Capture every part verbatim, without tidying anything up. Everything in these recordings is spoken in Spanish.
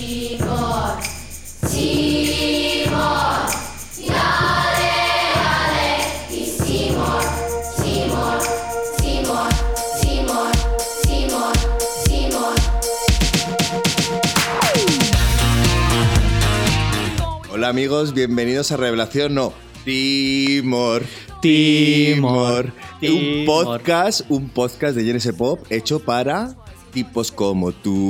Timor, Timor, dale, dale, y Timor, Timor, Timor, Timor, Timor, Timor. Hola amigos, bienvenidos a Revelación No, Timor, Timor, Un Timor. podcast, un podcast de G N S Pop hecho para tipos como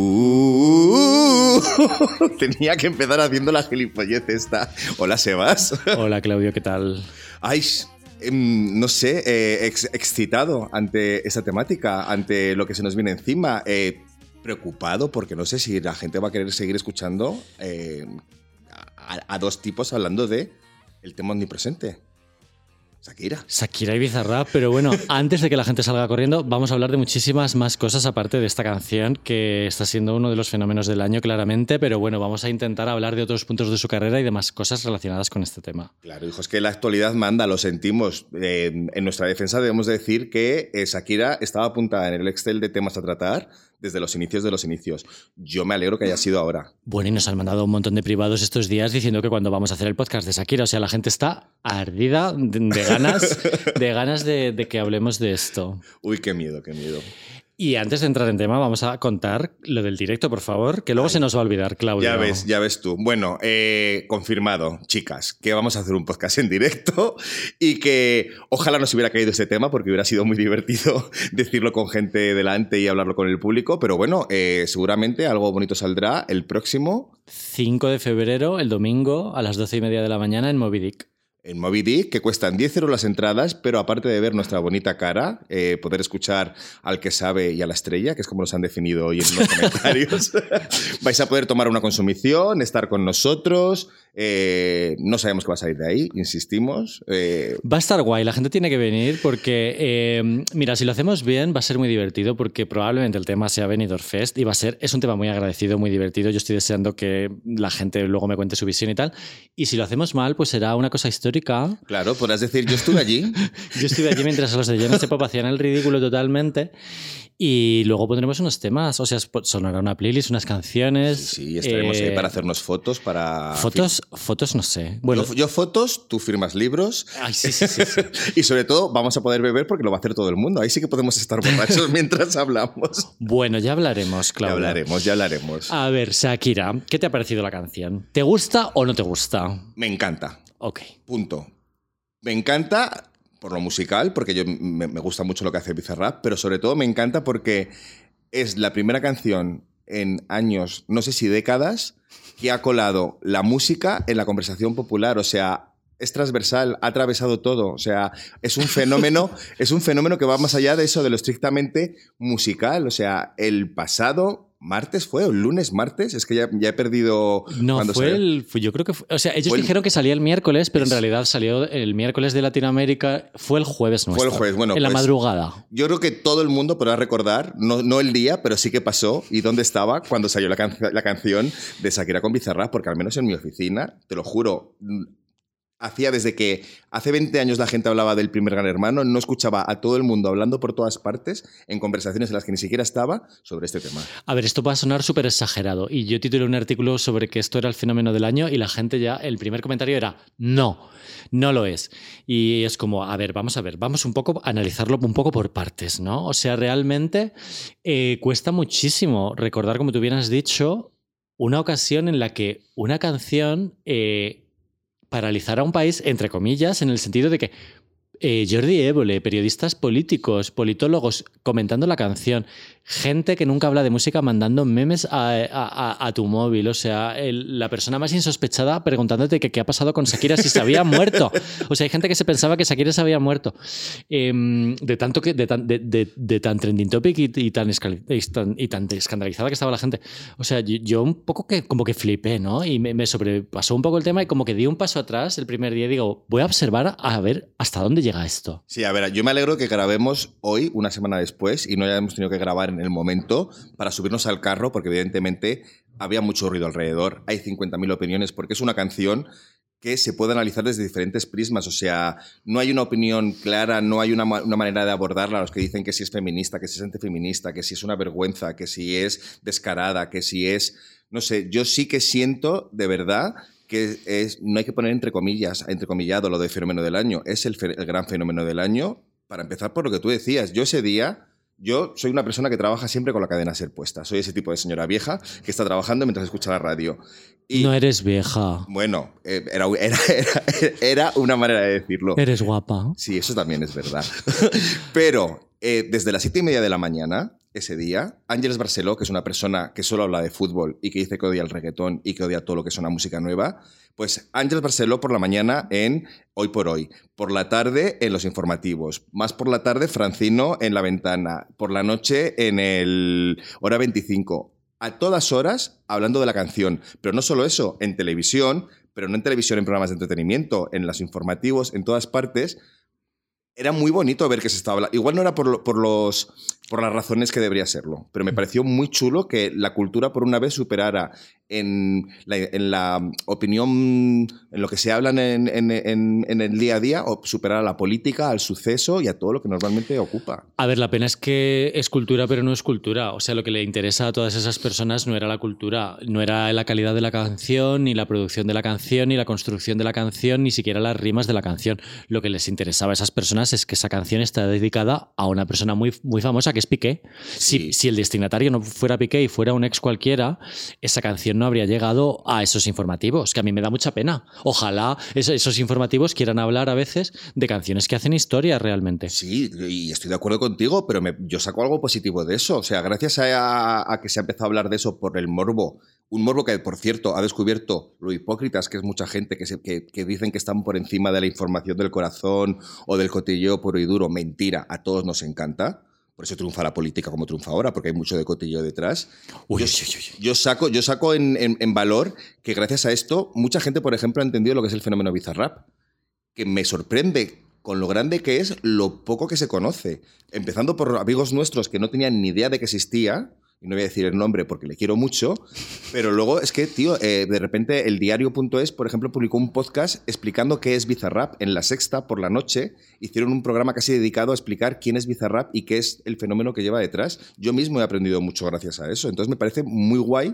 tú. Tenía que empezar haciendo la gilipollez esta. Hola Sebas. Hola Claudio, ¿qué tal? Ay, em, no sé, eh, ex- excitado ante esta temática, ante lo que se nos viene encima. Eh, preocupado porque no sé si la gente va a querer seguir escuchando eh, a, a dos tipos hablando de el tema omnipresente. Shakira. Shakira y Bizarrap, pero bueno, antes de que la gente salga corriendo, vamos a hablar de muchísimas más cosas aparte de esta canción, que está siendo uno de los fenómenos del año claramente, pero bueno, vamos a intentar hablar de otros puntos de su carrera y de más cosas relacionadas con este tema. Claro, hijo, es que la actualidad manda, lo sentimos. Eh, en nuestra defensa debemos decir que eh, Shakira estaba apuntada en el Excel de temas a tratar desde los inicios de los inicios. Yo me alegro que haya sido ahora. Bueno, y nos han mandado un montón de privados estos días diciendo que cuando vamos a hacer el podcast de Shakira, o sea, la gente está ardida de, de ganas, de, ganas de, de que hablemos de esto. Uy, qué miedo, qué miedo. Y antes de entrar en tema, vamos a contar lo del directo, por favor, que luego Ay, se nos va a olvidar, Claudio. Ya ves, ya ves tú. Bueno, eh, confirmado, chicas, que vamos a hacer un podcast en directo y que ojalá nos hubiera caído este tema porque hubiera sido muy divertido decirlo con gente delante y hablarlo con el público, pero bueno, eh, seguramente algo bonito saldrá el próximo... cinco de febrero, el domingo, a las doce y media de la mañana en Moby Dick. En Moby Dick, que cuestan diez euros las entradas, pero aparte de ver nuestra bonita cara, eh, poder escuchar al que sabe y a la estrella, que es como nos han definido hoy en los comentarios, vais a poder tomar una consumición, estar con nosotros. Eh, no sabemos qué va a salir de ahí, insistimos. Eh... Va a estar guay, la gente tiene que venir porque, eh, mira, si lo hacemos bien va a ser muy divertido porque probablemente el tema sea Benidorm Fest y va a ser, es un tema muy agradecido, muy divertido. Yo estoy deseando que la gente luego me cuente su visión y tal. Y si lo hacemos mal, pues será una cosa histórica. Claro, podrás decir, yo estuve allí. Yo estuve allí mientras los de G N S Pop hacían el ridículo totalmente. Y luego pondremos unos temas, o sea, sonará una playlist, unas canciones. Sí, sí, estaremos eh, ahí para hacernos fotos, para... Fotos, fotos no sé. Bueno, yo, yo fotos, tú firmas libros. Ay, sí, sí, sí, sí. Y sobre todo vamos a poder beber porque lo va a hacer todo el mundo. Ahí sí que podemos estar borrachos mientras hablamos. Bueno, ya hablaremos, Claudia. Ya hablaremos, ya hablaremos. A ver, Shakira, ¿qué te ha parecido la canción? ¿Te gusta o no te gusta? Me encanta. Ok. Punto. Me encanta... por lo musical, porque yo me, me gusta mucho lo que hace Bizarrap, pero sobre todo me encanta porque es la primera canción en años, no sé si décadas, que ha colado la música en la conversación popular. O sea, es transversal, ha atravesado todo. O sea, es un fenómeno, es un fenómeno que va más allá de eso, de lo estrictamente musical. O sea, el pasado... ¿Martes fue? ¿O el lunes, martes? Es que ya, ya he perdido... No, fue salió. el... Fue, yo creo que fue... O sea, ellos fue dijeron el, que salía el miércoles, pero en realidad salió el miércoles de Latinoamérica. Fue el jueves nuestro. Fue el jueves, bueno. En pues, la madrugada. Yo creo que todo el mundo podrá recordar, no, no el día, pero sí que pasó y dónde estaba cuando salió la, can la canción de Shakira con Bizarrap, porque al menos en mi oficina, te lo juro... Hacía desde que hace veinte años la gente hablaba del primer Gran Hermano, no escuchaba a todo el mundo hablando por todas partes en conversaciones en las que ni siquiera estaba sobre este tema. A ver, esto va a sonar súper exagerado y yo titulé un artículo sobre que esto era el fenómeno del año y la gente ya, el primer comentario era no, no lo es. Y es como, a ver, vamos a ver, vamos un poco a analizarlo un poco por partes, ¿no? O sea, realmente eh, cuesta muchísimo recordar, como tú bien has dicho, una ocasión en la que una canción... Eh, paralizar a un país, entre comillas, en el sentido de que eh, Jordi Évole, periodistas políticos, politólogos comentando la canción, gente que nunca habla de música mandando memes a, a, a tu móvil, o sea, el, la persona más insospechada preguntándote que qué ha pasado con Shakira, si se había muerto. O sea, hay gente que se pensaba que Shakira se había muerto. Eh, de tanto que, de tan, de, de, de tan trending topic y, y, tan escal, y, tan, y tan escandalizada que estaba la gente. O sea, yo, yo un poco que como que flipé, ¿no? Y me, me sobrepasó un poco el tema y como que di un paso atrás el primer día y digo, voy a observar a ver hasta dónde llega esto. Sí, a ver, yo me alegro que grabemos hoy, una semana después, y no hayamos tenido que grabar en el momento para subirnos al carro, porque evidentemente había mucho ruido alrededor, hay cincuenta mil opiniones, porque es una canción que se puede analizar desde diferentes prismas. O sea, no hay una opinión clara, no hay una, una manera de abordarla. Los que dicen que si es feminista, que si es antifeminista, que si es una vergüenza, que si es descarada, que si es... no sé, yo sí que siento de verdad que es, no hay que poner entre comillas, entrecomillado lo de fenómeno del año. Es el, fe, el gran fenómeno del año, para empezar por lo que tú decías. Yo ese día, yo soy una persona que trabaja siempre con la cadena ser puesta. Soy ese tipo de señora vieja que está trabajando mientras escucha la radio. Y, no eres vieja. Bueno, era, era, era, era una manera de decirlo. Eres guapa. Sí, eso también es verdad. Pero eh, desde las siete y media de la mañana, ese día, Ángeles Barceló, que es una persona que solo habla de fútbol y que dice que odia el reggaetón y que odia todo lo que suena música nueva, pues Ángeles Barceló por la mañana en Hoy por Hoy, por la tarde en los informativos, más por la tarde Francino en La Ventana, por la noche en el Hora veinticinco, a todas horas hablando de la canción. Pero no solo eso, en televisión, pero no en televisión en programas de entretenimiento, en los informativos, en todas partes. Era muy bonito ver que se estaba hablando. Igual no era por, lo, por, los, por las razones que debería serlo, pero me pareció muy chulo que la cultura por una vez superara en la, en la opinión, en lo que se habla en, en, en, en el día a día, o superara a la política, al suceso y a todo lo que normalmente ocupa. A ver, la pena es que es cultura, pero no es cultura. O sea, lo que le interesa a todas esas personas no era la cultura, no era la calidad de la canción, ni la producción de la canción, ni la construcción de la canción, ni siquiera las rimas de la canción. Lo que les interesaba a esas personas es que esa canción está dedicada a una persona muy, muy famosa, que es Piqué. Sí. Si, si el destinatario no fuera Piqué y fuera un ex cualquiera, esa canción no habría llegado a esos informativos, que a mí me da mucha pena. Ojalá esos, esos informativos quieran hablar a veces de canciones que hacen historia realmente. Sí, y estoy de acuerdo contigo, pero me, yo saco algo positivo de eso. O sea, gracias a, a que se ha empezado a hablar de eso por el morbo, un morbo que, por cierto, ha descubierto lo hipócritas que es mucha gente que, se, que, que dicen que están por encima de la información del corazón o del cotilleo puro y duro. Mentira, a todos nos encanta. Por eso triunfa la política como triunfa ahora, porque hay mucho de cotilleo detrás. Uy, yo, uy, uy, uy. yo saco, yo saco en, en, en valor que gracias a esto mucha gente, por ejemplo, ha entendido lo que es el fenómeno Bizarrap, que me sorprende con lo grande que es, lo poco que se conoce. Empezando por amigos nuestros que no tenían ni idea de que existía, y no voy a decir el nombre porque le quiero mucho, pero luego es que, tío, eh, de repente el diario punto es, por ejemplo, publicó un podcast explicando qué es Bizarrap. En La Sexta, por la noche, hicieron un programa casi dedicado a explicar quién es Bizarrap y qué es el fenómeno que lleva detrás. Yo mismo he aprendido mucho gracias a eso. Entonces me parece muy guay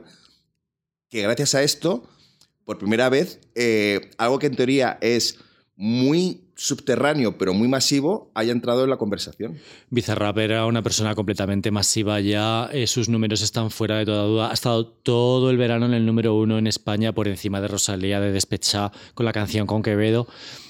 que gracias a esto, por primera vez, eh, algo que en teoría es muy subterráneo pero muy masivo haya entrado en la conversación. Bizarrap era una persona completamente masiva ya, eh, sus números están fuera de toda duda, ha estado todo el verano en el número uno en España por encima de Rosalía, de Despechá, con la canción con Quevedo.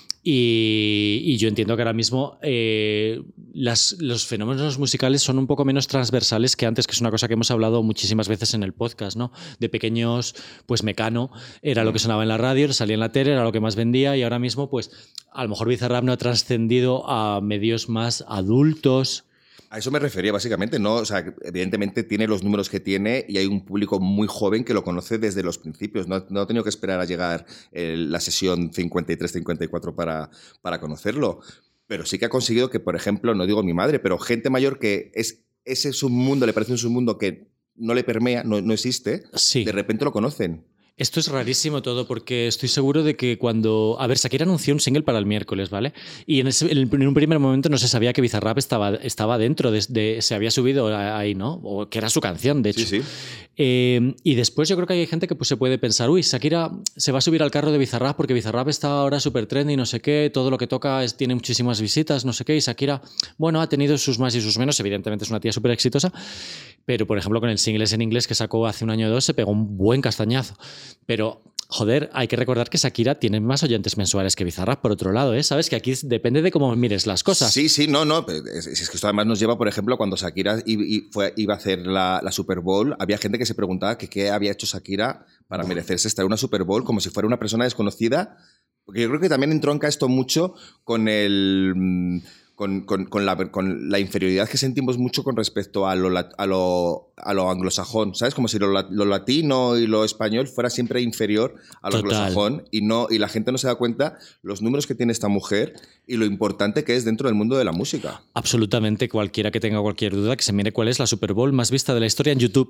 Y, y yo entiendo que ahora mismo eh, las, los fenómenos musicales son un poco menos transversales que antes, que es una cosa que hemos hablado muchísimas veces en el podcast, ¿no? De pequeños, pues Mecano era lo que sonaba en la radio, salía en la tele, era lo que más vendía, y ahora mismo, pues a lo mejor Bizarrap no ha trascendido a medios más adultos. A eso me refería básicamente, ¿no? O sea, evidentemente tiene los números que tiene y hay un público muy joven que lo conoce desde los principios. No, no ha tenido que esperar a llegar el, la sesión cincuenta y tres cincuenta y cuatro para, para conocerlo. Pero sí que ha conseguido que, por ejemplo, no digo mi madre, pero gente mayor que es, ese es un mundo, le parece un submundo que no le permea, no, no existe, Sí. de repente lo conocen. Esto es rarísimo todo, porque estoy seguro de que cuando... A ver, Shakira anunció un single para el miércoles, ¿vale? Y en, ese, en un primer momento no se sabía que Bizarrap estaba, estaba dentro, de, de, se había subido ahí, ¿no? O que era su canción, de hecho. Sí, sí. Eh, y después yo creo que hay gente que pues, se puede pensar, uy, Shakira se va a subir al carro de Bizarrap porque Bizarrap está ahora súper trendy, no sé qué, todo lo que toca es, tiene muchísimas visitas, no sé qué, y Shakira, bueno, ha tenido sus más y sus menos, evidentemente es una tía súper exitosa, pero por ejemplo con el single en inglés que sacó hace un año o dos se pegó un buen castañazo. Pero, joder, hay que recordar que Shakira tiene más oyentes mensuales que Bizarrap, por otro lado, ¿eh? ¿Sabes? Que aquí depende de cómo mires las cosas. Sí, sí, no, no. Es, es que esto además nos lleva, por ejemplo, cuando Shakira fue, iba a hacer la, la Super Bowl, había gente que se preguntaba que qué había hecho Shakira para merecerse estar en una Super Bowl, como si fuera una persona desconocida. Porque yo creo que también entronca esto mucho con el... Con, con, con, la, con la inferioridad que sentimos mucho con respecto a lo, a lo, a lo anglosajón, ¿sabes? Como si lo, lo latino y lo español fuera siempre inferior a lo Total. anglosajón, y, no, y la gente no se da cuenta los números que tiene esta mujer y lo importante que es dentro del mundo de la música. Absolutamente, cualquiera que tenga cualquier duda, que se mire cuál es la Super Bowl más vista de la historia en YouTube.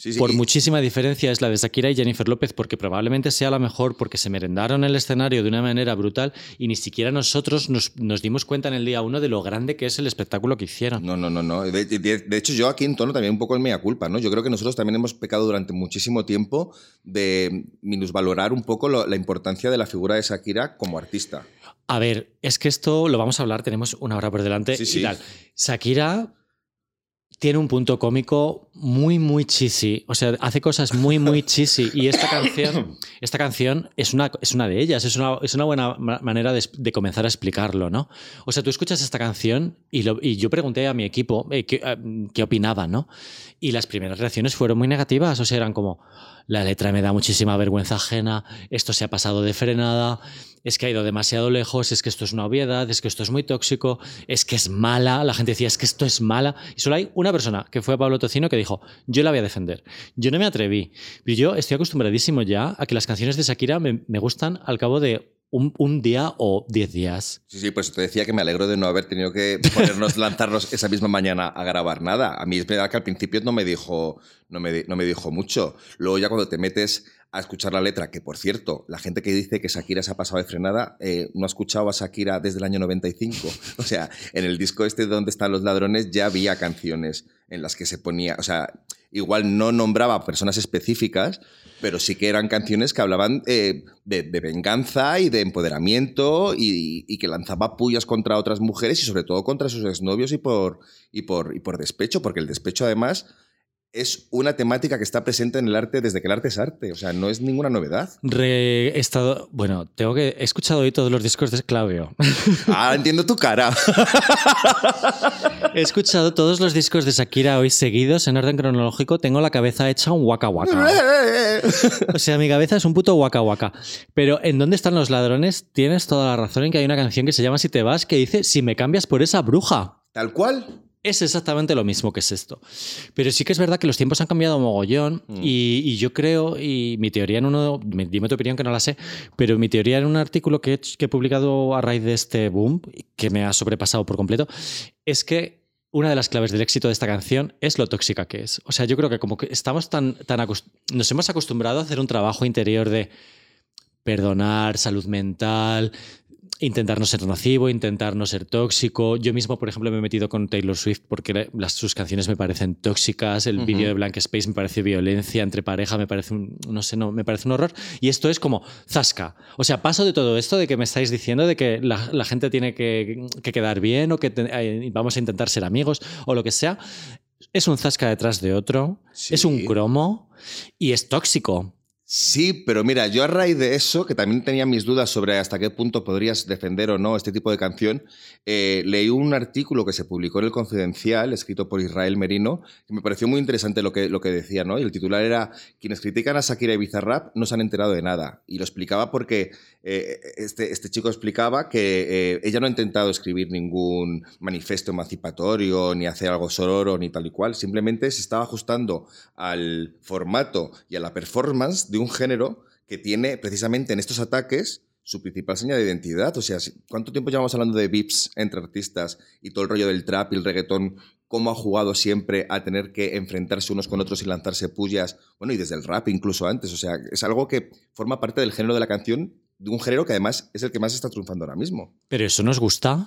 Sí, sí, por y- muchísima diferencia es la de Shakira y Jennifer López, porque probablemente sea la mejor, porque se merendaron el escenario de una manera brutal y ni siquiera nosotros nos, nos dimos cuenta en el día uno de lo grande que es el espectáculo que hicieron. No, no, no, no. De, de- de hecho, yo aquí entono también un poco el mea culpa, ¿no? Yo creo que nosotros también hemos pecado durante muchísimo tiempo de minusvalorar un poco lo- la importancia de la figura de Shakira como artista. A ver, es que esto lo vamos a hablar, tenemos una hora por delante Sí, y sí. tal. Shakira tiene un punto cómico muy, muy cheesy. O sea, hace cosas muy, muy cheesy. Y esta canción, esta canción es, una, es una de ellas. Es una, es una buena ma- manera de, de comenzar a explicarlo, ¿no? O sea, tú escuchas esta canción y, lo- y yo pregunté a mi equipo eh, qué, eh, qué opinaban, ¿no? Y las primeras reacciones fueron muy negativas. O sea, eran como, la letra me da muchísima vergüenza ajena, esto se ha pasado de frenada, es que ha ido demasiado lejos, es que esto es una obviedad, es que esto es muy tóxico, es que es mala. La gente decía, es que esto es mala. Y solo hay una persona, que fue Pablo Tocino, que dijo, yo la voy a defender. Yo no me atreví. Pero yo estoy acostumbradísimo ya a que las canciones de Shakira me, me gustan al cabo de un, un día o diez días. Sí, sí, pues te decía que me alegro de no haber tenido que ponernos, lanzarnos esa misma mañana a grabar nada. A mí es verdad que al principio no me dijo, no me, di- no me dijo mucho. Luego ya cuando te metes a escuchar la letra, que por cierto, la gente que dice que Shakira se ha pasado de frenada, eh, no ha escuchado a Shakira desde el año noventa y cinco. O sea, en el disco este de Donde están los ladrones ya había canciones en las que se ponía, o sea, igual no nombraba personas específicas, pero sí que eran canciones que hablaban eh, de, de venganza y de empoderamiento y, y que lanzaba pullas contra otras mujeres y sobre todo contra sus exnovios y por, y por, y por despecho, porque el despecho además es una temática que está presente en el arte desde que el arte es arte, o sea, no es ninguna novedad. Re- he estado, bueno, tengo que, he escuchado hoy todos los discos de Claudio. Ah, entiendo tu cara. He escuchado todos los discos de Shakira hoy seguidos en orden cronológico. Tengo la cabeza hecha un waka waka. O sea, mi cabeza es un puto waka waka. Pero en ¿Dónde están los ladrones? Tienes toda la razón en que hay una canción que se llama Si te vas, que dice Si me cambias por esa bruja. Tal cual. Es exactamente lo mismo que es esto. Pero sí que es verdad que los tiempos han cambiado mogollón Mm. y, y yo creo, y mi teoría en uno, me- dime tu opinión que no la sé, pero mi teoría en un artículo que he, hecho- que he publicado a raíz de este boom, que me ha sobrepasado por completo, es que una de las claves del éxito de esta canción es lo tóxica que es. O sea, yo creo que como que estamos tan, tan acost- nos hemos acostumbrado a hacer un trabajo interior de perdonar, salud mental, intentar no ser nocivo, intentar no ser tóxico. Yo mismo, por ejemplo, me he metido con Taylor Swift porque las, sus canciones me parecen tóxicas, el Ujú. vídeo de Blank Space me parece violencia entre pareja, me parece un, no sé, no, me parece un horror. Y esto es como zasca. O sea, paso de todo esto de que me estáis diciendo de que la, la gente tiene que, que quedar bien o que te- eh, vamos a intentar ser amigos o lo que sea. Es un zasca detrás de otro, Sí. es un cromo y es tóxico. Sí, pero mira, yo a raíz de eso, que también tenía mis dudas sobre hasta qué punto podrías defender o no este tipo de canción, eh, leí un artículo que se publicó en El Confidencial, escrito por Israel Merino, que me pareció muy interesante lo que, lo que decía, ¿no? Y el titular era quienes critican a Shakira y Bizarrap no se han enterado de nada. Y lo explicaba porque eh, este, este chico explicaba que eh, ella no ha intentado escribir ningún manifiesto emancipatorio, ni hacer algo sororo, ni tal y cual. Simplemente se estaba ajustando al formato y a la performance de un género que tiene precisamente en estos ataques su principal señal de identidad. O sea, ¿cuánto tiempo llevamos hablando de beefs entre artistas y todo el rollo del trap y el reggaetón? ¿Cómo ha jugado siempre a tener que enfrentarse unos con otros y lanzarse pullas? Bueno, y desde el rap incluso antes. O sea, es algo que forma parte del género de la canción, de un género que además es el que más está triunfando ahora mismo. ¿Pero eso nos gusta?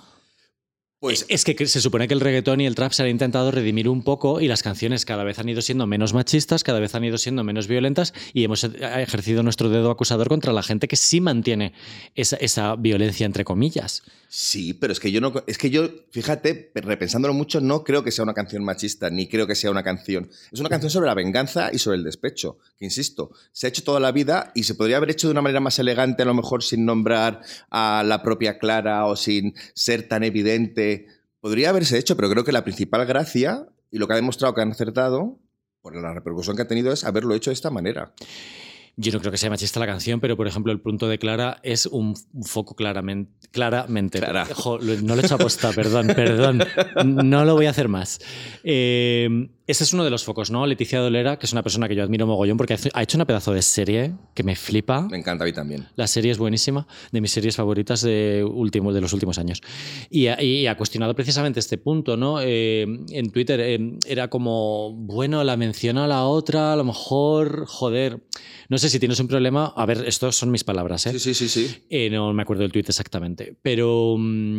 Pues Es que se supone que el reggaetón y el trap se han intentado redimir un poco y las canciones cada vez han ido siendo menos machistas, cada vez han ido siendo menos violentas y hemos ejercido nuestro dedo acusador contra la gente que sí mantiene esa, esa violencia entre comillas. sí, pero es que yo no, es que yo, fíjate, repensándolo mucho, no creo que sea una canción machista, ni creo que sea una canción. Es una canción sobre la venganza y sobre el despecho, que insisto, se ha hecho toda la vida y se podría haber hecho de una manera más elegante, a lo mejor sin nombrar a la propia Clara o sin ser tan evidente. Podría haberse hecho, pero creo que la principal gracia y lo que ha demostrado que han acertado, por la repercusión que ha tenido, es haberlo hecho de esta manera. Yo no creo que sea machista la canción, pero por ejemplo el punto de Clara es un, un foco claramente. Claramente. Clara. Jo, lo- no lo he hecho aposta, perdón, perdón. No lo voy a hacer más. Eh, Ese es uno de los focos, ¿no? Leticia Dolera, que es una persona que yo admiro mogollón porque ha hecho una pedazo de serie que me flipa. Me encanta a mí también. La serie es buenísima, de mis series favoritas de, último, de los últimos años. Y ha, y ha cuestionado precisamente este punto, ¿no? Eh, en Twitter eh, era como, bueno, la menciona a la otra, a lo mejor, joder, no sé si tienes un problema. A ver, estos son mis palabras, ¿eh? Sí, sí, sí, sí. Eh, no me acuerdo del tuit exactamente. Pero,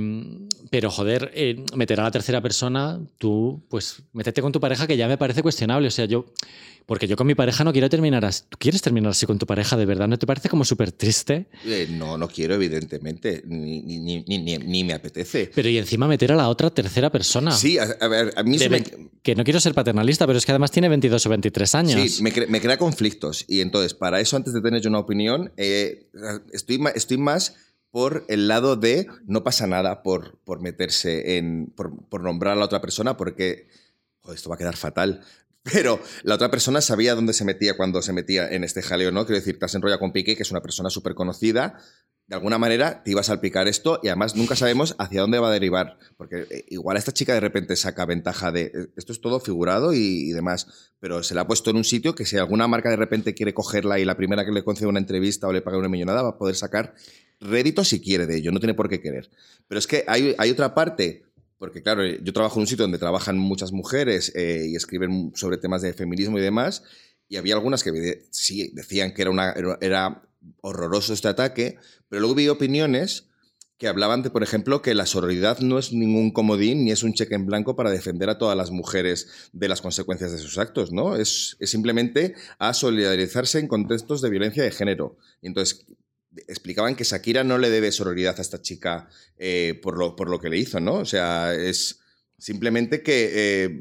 pero joder, eh, meter a la tercera persona, tú, pues, métete con tu pareja, que ya me parece cuestionable. O sea, yo... Porque yo con mi pareja no quiero terminar así. ¿Tú quieres terminar así con tu pareja de verdad? ¿No te parece como súper triste? Eh, no, no quiero, evidentemente. Ni, ni, ni, ni, ni me apetece. Pero y encima meter a la otra tercera persona. Sí, a, a ver, a mí... De, me... Que no quiero ser paternalista, pero es que además tiene veintidós o veintitrés años. Sí, me, cre me crea conflictos. Y entonces, para eso, antes de tener yo una opinión, eh, estoy, estoy más... por el lado de no pasa nada por, por meterse en... Por, por nombrar a la otra persona, porque... Joder, esto va a quedar fatal. Pero la otra persona sabía dónde se metía cuando se metía en este jaleo, ¿no? Quiero decir, te has enrollado con Piqué, que es una persona súper conocida. De alguna manera te iba a salpicar esto y además nunca sabemos hacia dónde va a derivar. Porque igual esta chica de repente saca ventaja de... Esto es todo figurado y, y demás. Pero se la ha puesto en un sitio que si alguna marca de repente quiere cogerla y la primera que le concede una entrevista o le paga una millonada va a poder sacar rédito si quiere de ello. No tiene por qué querer. Pero es que hay, hay otra parte... Porque, claro, yo trabajo en un sitio donde trabajan muchas mujeres eh, y escriben sobre temas de feminismo y demás, y había algunas que sí decían que era, una, era horroroso este ataque, pero luego vi opiniones que hablaban de, por ejemplo, que la sororidad no es ningún comodín ni es un cheque en blanco para defender a todas las mujeres de las consecuencias de sus actos, ¿no? Es, es simplemente a solidarizarse en contextos de violencia de género. Y entonces... explicaban que Shakira no le debe sororidad a esta chica eh, por, lo, por lo que le hizo, ¿no? O sea, es simplemente que eh,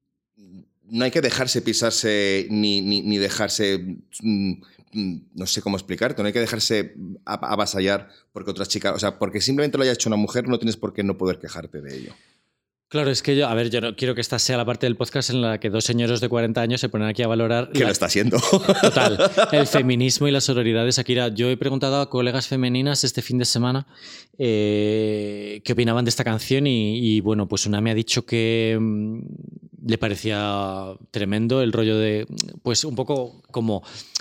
no hay que dejarse pisarse ni, ni, ni dejarse... Mm, no sé cómo explicarte, no hay que dejarse avasallar porque otra chica... O sea, porque simplemente lo haya hecho una mujer no tienes por qué no poder quejarte de ello. Claro, es que yo, a ver, yo no quiero que esta sea la parte del podcast en la que dos señores de cuarenta años se ponen aquí a valorar... Que la, lo está haciendo. Total, el feminismo y la sororidad de Shakira. Yo he preguntado a colegas femeninas este fin de semana eh, qué opinaban de esta canción y, y, bueno, pues una me ha dicho que mmm, le parecía tremendo el rollo de, pues un poco como...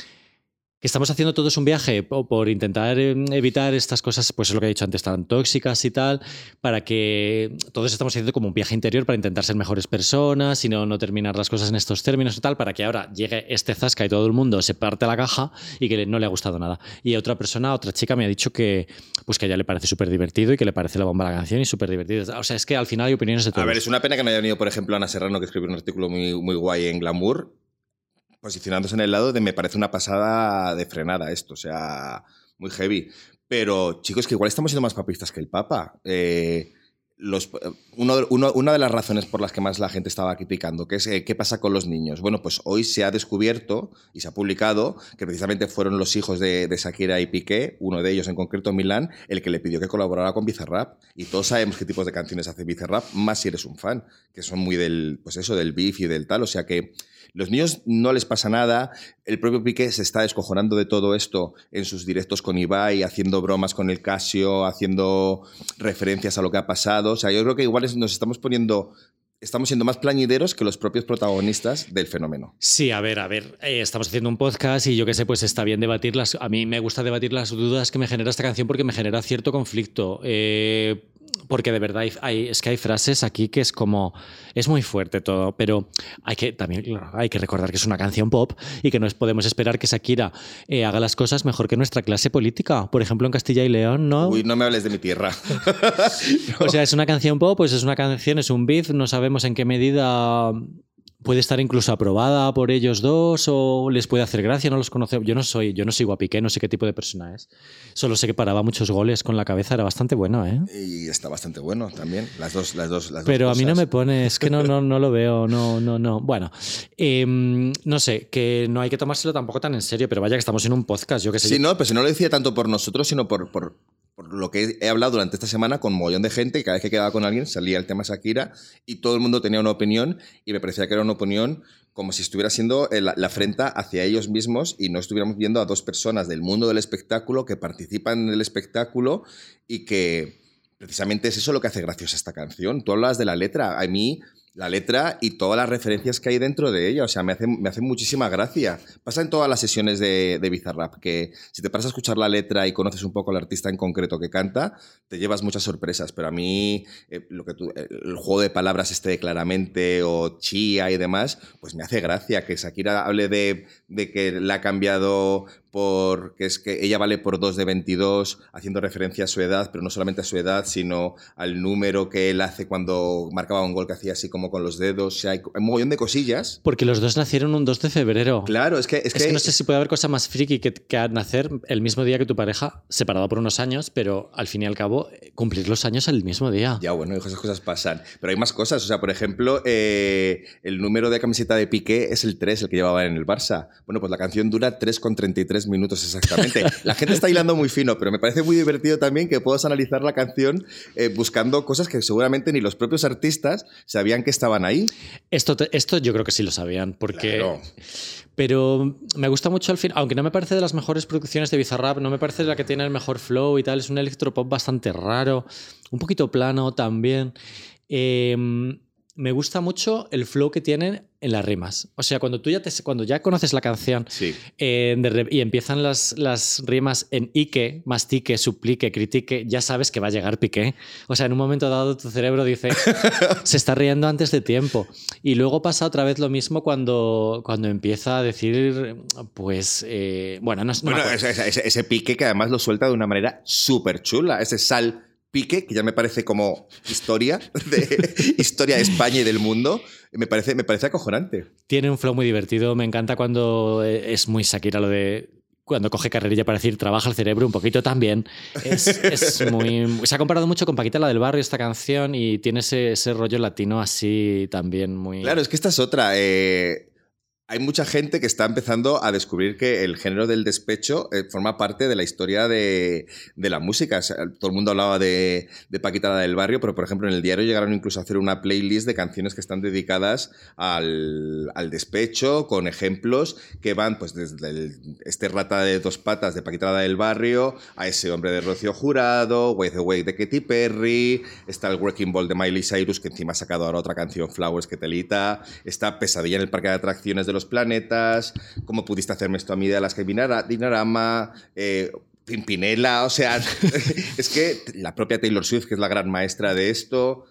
que estamos haciendo todos un viaje por intentar evitar estas cosas, pues es lo que he dicho antes, tan tóxicas y tal, para que todos estamos haciendo como un viaje interior para intentar ser mejores personas y no, no terminar las cosas en estos términos y tal, para que ahora llegue este zasca y todo el mundo se parte la caja y que no le ha gustado nada. Y otra persona, otra chica me ha dicho que, pues que a ella le parece súper divertido y que le parece la bomba la canción y súper divertido. O sea, es que al final hay opiniones de todos. A ver, es una pena que no haya venido, por ejemplo, Ana Serrano, que escribió un artículo muy, muy guay en Glamour, posicionándose en el lado de me parece una pasada de frenada esto, o sea, muy heavy. Pero, chicos, que igual estamos siendo más papistas que el Papa. Eh, los, uno, uno, una de las razones por las que más la gente estaba aquí picando, que es eh, ¿qué pasa con los niños? Bueno, pues hoy se ha descubierto y se ha publicado que precisamente fueron los hijos de, de Shakira y Piqué, uno de ellos en concreto, Milán, el que le pidió que colaborara con Bizarrap. Y todos sabemos qué tipos de canciones hace Bizarrap, más si eres un fan, que son muy del, pues eso, del beef y del tal, o sea que... Los niños no les pasa nada, el propio Piqué se está descojonando de todo esto en sus directos con Ibai, haciendo bromas con el Casio, haciendo referencias a lo que ha pasado. O sea, yo creo que igual nos estamos poniendo... Estamos siendo más plañideros que los propios protagonistas del fenómeno. Sí, a ver, a ver, eh, estamos haciendo un podcast y yo qué sé, pues está bien debatirlas. A mí me gusta debatir las dudas que me genera esta canción porque me genera cierto conflicto. Eh, porque de verdad hay, hay, es que hay frases aquí que es como... Es muy fuerte todo, pero hay que también claro, hay que recordar que es una canción pop y que no podemos esperar que Shakira eh, haga las cosas mejor que nuestra clase política. Por ejemplo, en Castilla y León, ¿no? Uy, no me hables de mi tierra. No. O sea, es una canción pop, pues es una canción, es un beat, no sabemos en qué medida... puede estar incluso aprobada por ellos dos o les puede hacer gracia, no los conocemos. Yo no soy, yo no sigo a Piqué, no sé qué tipo de persona es. Solo sé que paraba muchos goles con la cabeza, era bastante bueno, ¿eh? Y está bastante bueno también, las dos, las dos, las Pero dos a mí no cosas. me pone, es que no, no, no lo veo, no, no, no. Bueno, eh, no sé, que no hay que tomárselo tampoco tan en serio, pero vaya que estamos en un podcast, yo qué sé. Sí, yo... no, pues no lo decía tanto por nosotros, sino por... por... por lo que he hablado durante esta semana con un mogollón de gente y cada vez que quedaba con alguien salía el tema Shakira y todo el mundo tenía una opinión y me parecía que era una opinión como si estuviera siendo la, la afrenta hacia ellos mismos y no estuviéramos viendo a dos personas del mundo del espectáculo que participan en el espectáculo y que precisamente es eso lo que hace graciosa esta canción. Tú hablas de la letra. A mí la letra y todas las referencias que hay dentro de ella. O sea, me hace, me hace muchísima gracia. Pasa en todas las sesiones de, de Bizarrap, que si te paras a escuchar la letra y conoces un poco al artista en concreto que canta, te llevas muchas sorpresas. Pero a mí, eh, lo que tú, el juego de palabras este de claramente o chía y demás, pues me hace gracia que Shakira hable de, de que la ha cambiado por que es que ella vale por dos de veintidós, haciendo referencia a su edad, pero no solamente a su edad, sino al número que él hace cuando marcaba un gol, que hacía así como con los dedos. O sea, hay un mogollón de cosillas. Porque los dos nacieron un dos de febrero. Claro, es que... Es, Es que, que no sé si puede haber cosa más friki que, que nacer el mismo día que tu pareja, separado por unos años, pero al fin y al cabo cumplir los años el mismo día. Ya, bueno, esas cosas pasan. Pero hay más cosas. O sea, por ejemplo, eh, el número de camiseta de Piqué es el tres, el que llevaba en el Barça. Bueno, pues la canción dura tres con treinta y tres minutos exactamente. La gente está hilando muy fino, pero me parece muy divertido también que puedas analizar la canción eh, buscando cosas que seguramente ni los propios artistas sabían que estaban ahí. Esto, te- esto yo creo que sí lo sabían, porque... Claro. Pero me gusta mucho al fin, aunque no me parece de las mejores producciones de Bizarrap, no me parece la que tiene el mejor flow y tal, es un electropop bastante raro, un poquito plano también. Eh, me gusta mucho el flow que tienen en las rimas. O sea, cuando tú ya, te, cuando ya conoces la canción Sí. eh, de re- y empiezan las, las rimas en Ike, mastique, suplique, critique, ya sabes que va a llegar Piqué. O sea, en un momento dado tu cerebro dice, se está riendo antes de tiempo. Y luego pasa otra vez lo mismo cuando, cuando empieza a decir, pues, eh, bueno, no, no me Bueno, acuerdo. ese, ese- ese Piqué que además lo suelta de una manera súper chula. Ese sal Piqué, que ya me parece como historia de historia de España y del mundo, me parece, me parece acojonante. Tiene un flow muy divertido. Me encanta cuando eh, es muy Shakira lo de cuando coge carrerilla para decir trabaja el cerebro un poquito también. Es, es muy, se ha comparado mucho con Paquita la del Barrio esta canción y tiene ese, ese rollo latino así también muy... Claro, es que esta es otra. Eh, hay mucha gente que está empezando a descubrir que el género del despecho eh, forma parte de la historia de, de la música. O sea, todo el mundo hablaba de, de Paquita la del Barrio, pero por ejemplo en el diario llegaron incluso a hacer una playlist de canciones que están dedicadas al, al despecho, con ejemplos que van pues desde el, este rata de dos patas de Paquita la del Barrio a ese hombre de Rocío Jurado, Wake the Wake de Katy Perry, está el Wrecking Ball de Miley Cyrus, que encima ha sacado ahora otra canción, Flowers, que telita, está Pesadilla en el Parque de Atracciones de los Planetas, ¿Cómo pudiste hacerme esto a mí de Alaska y Dinara- Dinarama? Eh, Pimpinela, o sea, es que la propia Taylor Swift, que es la gran maestra de esto,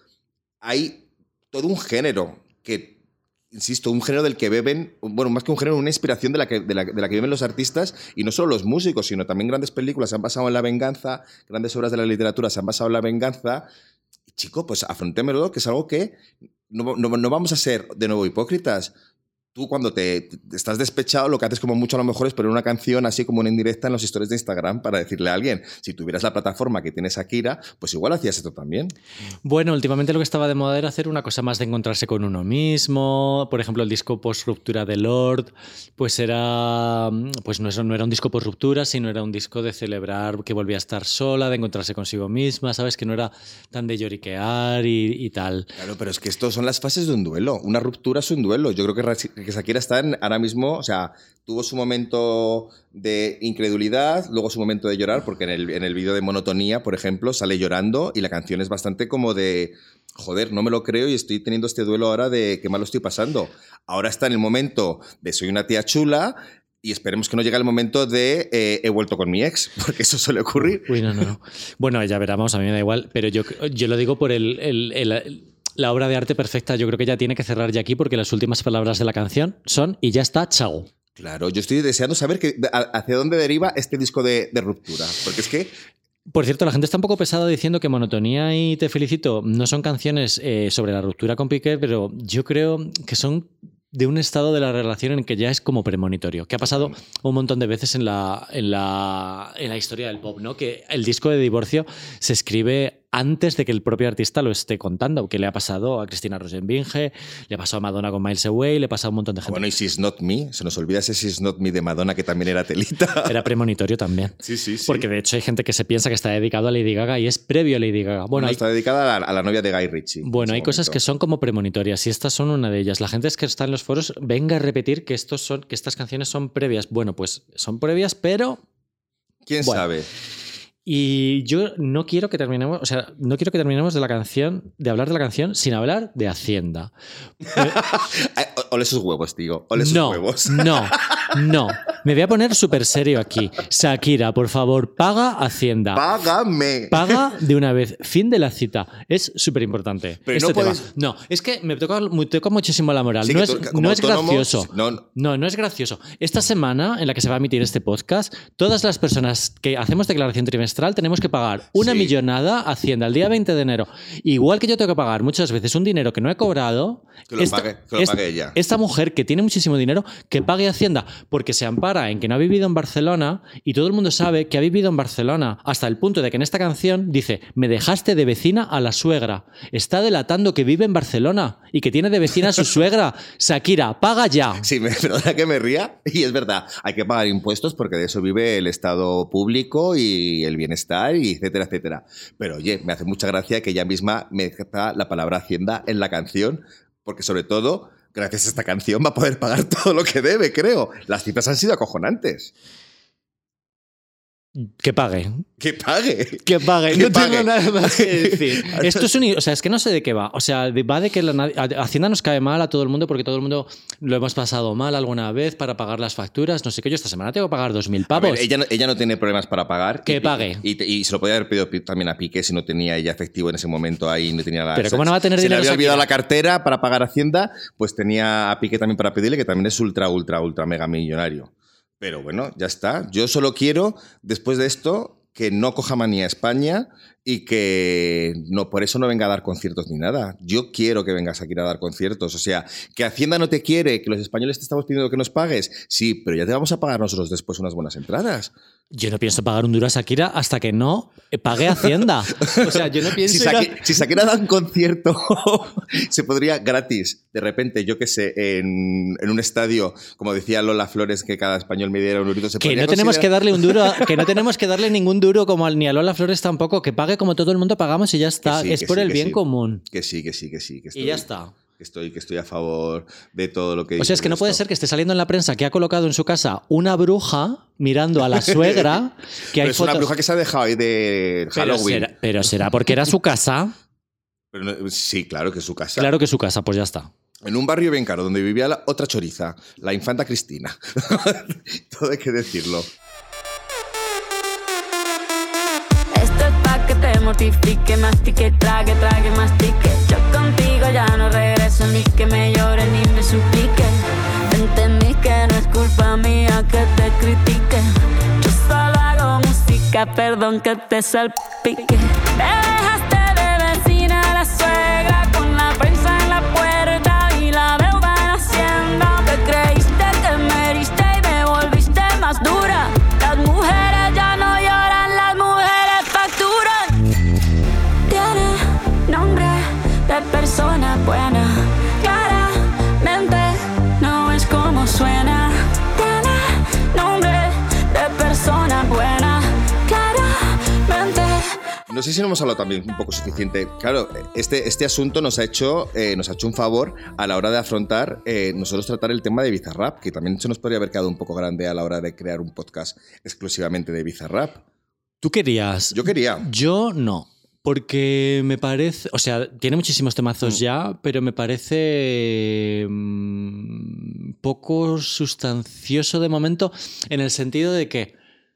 hay todo un género que, insisto, un género del que beben, bueno, más que un género, una inspiración de la que, de la, de la que beben los artistas, y no solo los músicos, sino también grandes películas se han basado en la venganza, grandes obras de la literatura se han basado en la venganza. Y, chico, pues afrontémoslo, que es algo que no, no, no vamos a ser de nuevo hipócritas. Tú cuando te, te estás despechado, lo que haces como mucho a lo mejor es poner una canción así como una indirecta en los stories de Instagram para decirle a alguien, si tuvieras la plataforma que tiene Shakira, pues igual hacías esto también. Bueno, últimamente lo que estaba de moda era hacer una cosa más de encontrarse con uno mismo. Por ejemplo, el disco post-ruptura de Lord, pues era, pues no, eso no era un disco post-ruptura, sino era un disco de celebrar que volvía a estar sola, de encontrarse consigo misma, ¿sabes? Que no era tan de lloriquear y, y tal. Claro, pero es que esto son las fases de un duelo. Una ruptura es un duelo. Yo creo que, Ra- que Shakira está en, ahora mismo, o sea, tuvo su momento de incredulidad, luego su momento de llorar, porque en el, en el vídeo de Monotonía, por ejemplo, sale llorando y la canción es bastante como de, joder, no me lo creo y estoy teniendo este duelo ahora de qué mal lo estoy pasando. Ahora está en el momento de soy una tía chula y esperemos que no llegue el momento de eh, he vuelto con mi ex, porque eso suele ocurrir. Uy, no, no, no. Bueno, ya veremos, a mí me da igual, pero yo, yo lo digo por el, el- el- la obra de arte perfecta. Yo creo que ya tiene que cerrar ya aquí porque las últimas palabras de la canción son y ya está, chao. Claro, yo estoy deseando saber que, a- hacia dónde deriva este disco de, de ruptura, porque es que Por cierto, la gente está un poco pesada diciendo que Monotonía y Te Felicito no son canciones eh, sobre la ruptura con Piqué, pero yo creo que son de un estado de la relación en que ya es como premonitorio, que ha pasado un montón de veces en la, en la, en la historia del pop, ¿no? Que el disco de divorcio se escribe antes de que el propio artista lo esté contando, que le ha pasado a Cristina Rosenbinge, le ha pasado a Madonna con Miles Away, le ha pasado a un montón de gente. bueno, y She's Not Me, se nos olvida ese She's Not Me de Madonna, que también era telita. Era premonitorio también. Sí, sí, sí. Porque de hecho hay gente que se piensa que está dedicado a Lady Gaga y es previo a Lady Gaga. Bueno, Bueno, hay, está dedicada a la, a la novia de Guy Ritchie. bueno, en hay ese cosas que momento. son como premonitorias y estas son una de ellas. La gente es que está en los foros, venga a repetir que, estos son, que estas canciones son previas. Bueno, pues son previas, pero... ¿Quién Bueno. sabe? Y yo no quiero que terminemos, o sea, no quiero que terminemos de la canción, de hablar de la canción sin hablar de Hacienda. Ole sus huevos, tío. Ole sus no, huevos. No, no. Me voy a poner súper serio aquí. Shakira, por favor, paga Hacienda. ¡Págame! Paga de una vez. Fin de la cita. Es súper importante. Pero este no tema. puedes- No, es que me toca, me toca muchísimo la moral. Sí, no que es, tú, como no es autónomo, gracioso. no, no. No, no es gracioso. Esta semana en la que se va a emitir este podcast, todas las personas que hacemos declaración trimestral tenemos que pagar una Sí. millonada a Hacienda el día veinte de enero. Igual que yo tengo que pagar muchas veces un dinero que no he cobrado. Que lo pague- que lo esta- pague ella. Esta mujer que tiene muchísimo dinero, que pague Hacienda, porque se ampara en que no ha vivido en Barcelona y todo el mundo sabe que ha vivido en Barcelona, hasta el punto de que en esta canción dice: me dejaste de vecina a la suegra. Está delatando que vive en Barcelona y que tiene de vecina a su suegra. Shakira, paga ya. Sí, me perdona que me ría. Y es verdad, hay que pagar impuestos porque de eso vive el Estado público y el bienestar, y etcétera, etcétera. Pero oye, me hace mucha gracia que ella misma meta la palabra Hacienda en la canción, porque sobre todo, gracias a esta canción va a poder pagar todo lo que debe, creo. Las cifras han sido acojonantes. Que pague. Que pague. Que pague. Que no pague. tengo nada más que decir. Esto es un, o sea, es que no sé de qué va. O sea, de- va de que la, Hacienda nos cae mal a todo el mundo porque todo el mundo lo hemos pasado mal alguna vez para pagar las facturas. No sé qué, yo esta semana tengo que pagar dos mil A pavos. ver, ella, no, ella no tiene problemas para pagar. Que Y- pague. Y, y se lo podía haber pedido pi- también a Piqué si no tenía ella efectivo en ese momento ahí, no tenía la... Pero ¿cómo no va a tener se dinero le había olvidado Shakira? la cartera para pagar Hacienda, pues tenía a Piqué también para pedirle, que también es ultra, ultra, ultra mega millonario. Pero bueno, ya está. Yo solo quiero, después de esto, que no coja manía España y que no por eso no venga a dar conciertos ni nada. Yo quiero que vengas aquí a dar conciertos. O sea, que Hacienda no te quiere, que los españoles te estamos pidiendo que nos pagues. Sí, pero ya te vamos a pagar nosotros después unas buenas entradas. Yo no pienso pagar un duro a Shakira hasta que no pague Hacienda. O sea, yo no pienso... Si, ir a- Shaki- si Shakira da un concierto, se podría gratis, de repente, yo qué sé, en, en un estadio, como decía Lola Flores, que cada español me diera un eurito, se Que podría no tenemos que considerar- darle un duro, a- que no tenemos que darle ningún duro como al, ni a Lola Flores tampoco, que pague como todo el mundo pagamos y ya está. Que sí, es que por sí, el que bien sí. común. Que sí, que sí, que sí. Que estoy, Y ya está. Que estoy, que estoy a favor de todo lo que O sea, es que no puede ser que esté saliendo en la prensa que ha colocado en su casa una bruja mirando a la suegra. Que Pero hay es una fotos- bruja que se ha dejado ahí de Pero Halloween. será, pero será porque era su casa. Pero no- sí, claro, que es su casa. Claro que es su casa, pues ya está. En un barrio bien caro, donde vivía la otra choriza, la infanta Cristina. Todo hay que decirlo. Esto es pa' que te mortifique, mastique, trague, trague, mastique. Yo contigo ya no regreso, ni que me llore ni me suplique. Entendí que no es culpa mía que te critique. Yo solo hago música, perdón que te salpique. Me dejaste de vecina a la suegra, con la prensa en la puerta y la deuda en Hacienda. Te creíste que me heriste y me volviste más dura. Las mujeres ya no lloran, las mujeres facturan. Tiene nombre de persona buena, claramente no es como suena. Tiene nombre de persona buena, claramente. No sé si no hemos hablado también un poco suficiente. Claro, este, este asunto nos ha hecho eh, nos ha hecho un favor a la hora de afrontar, eh, nosotros tratar el tema de Bizarrap, que también se nos podría haber quedado un poco grande a la hora de crear un podcast exclusivamente de Bizarrap. ¿Tú querías? Yo quería. Yo no. Porque me parece. O sea, tiene muchísimos temazos Mm. ya, pero me parece. mm, poco sustancioso de momento, en el sentido de que.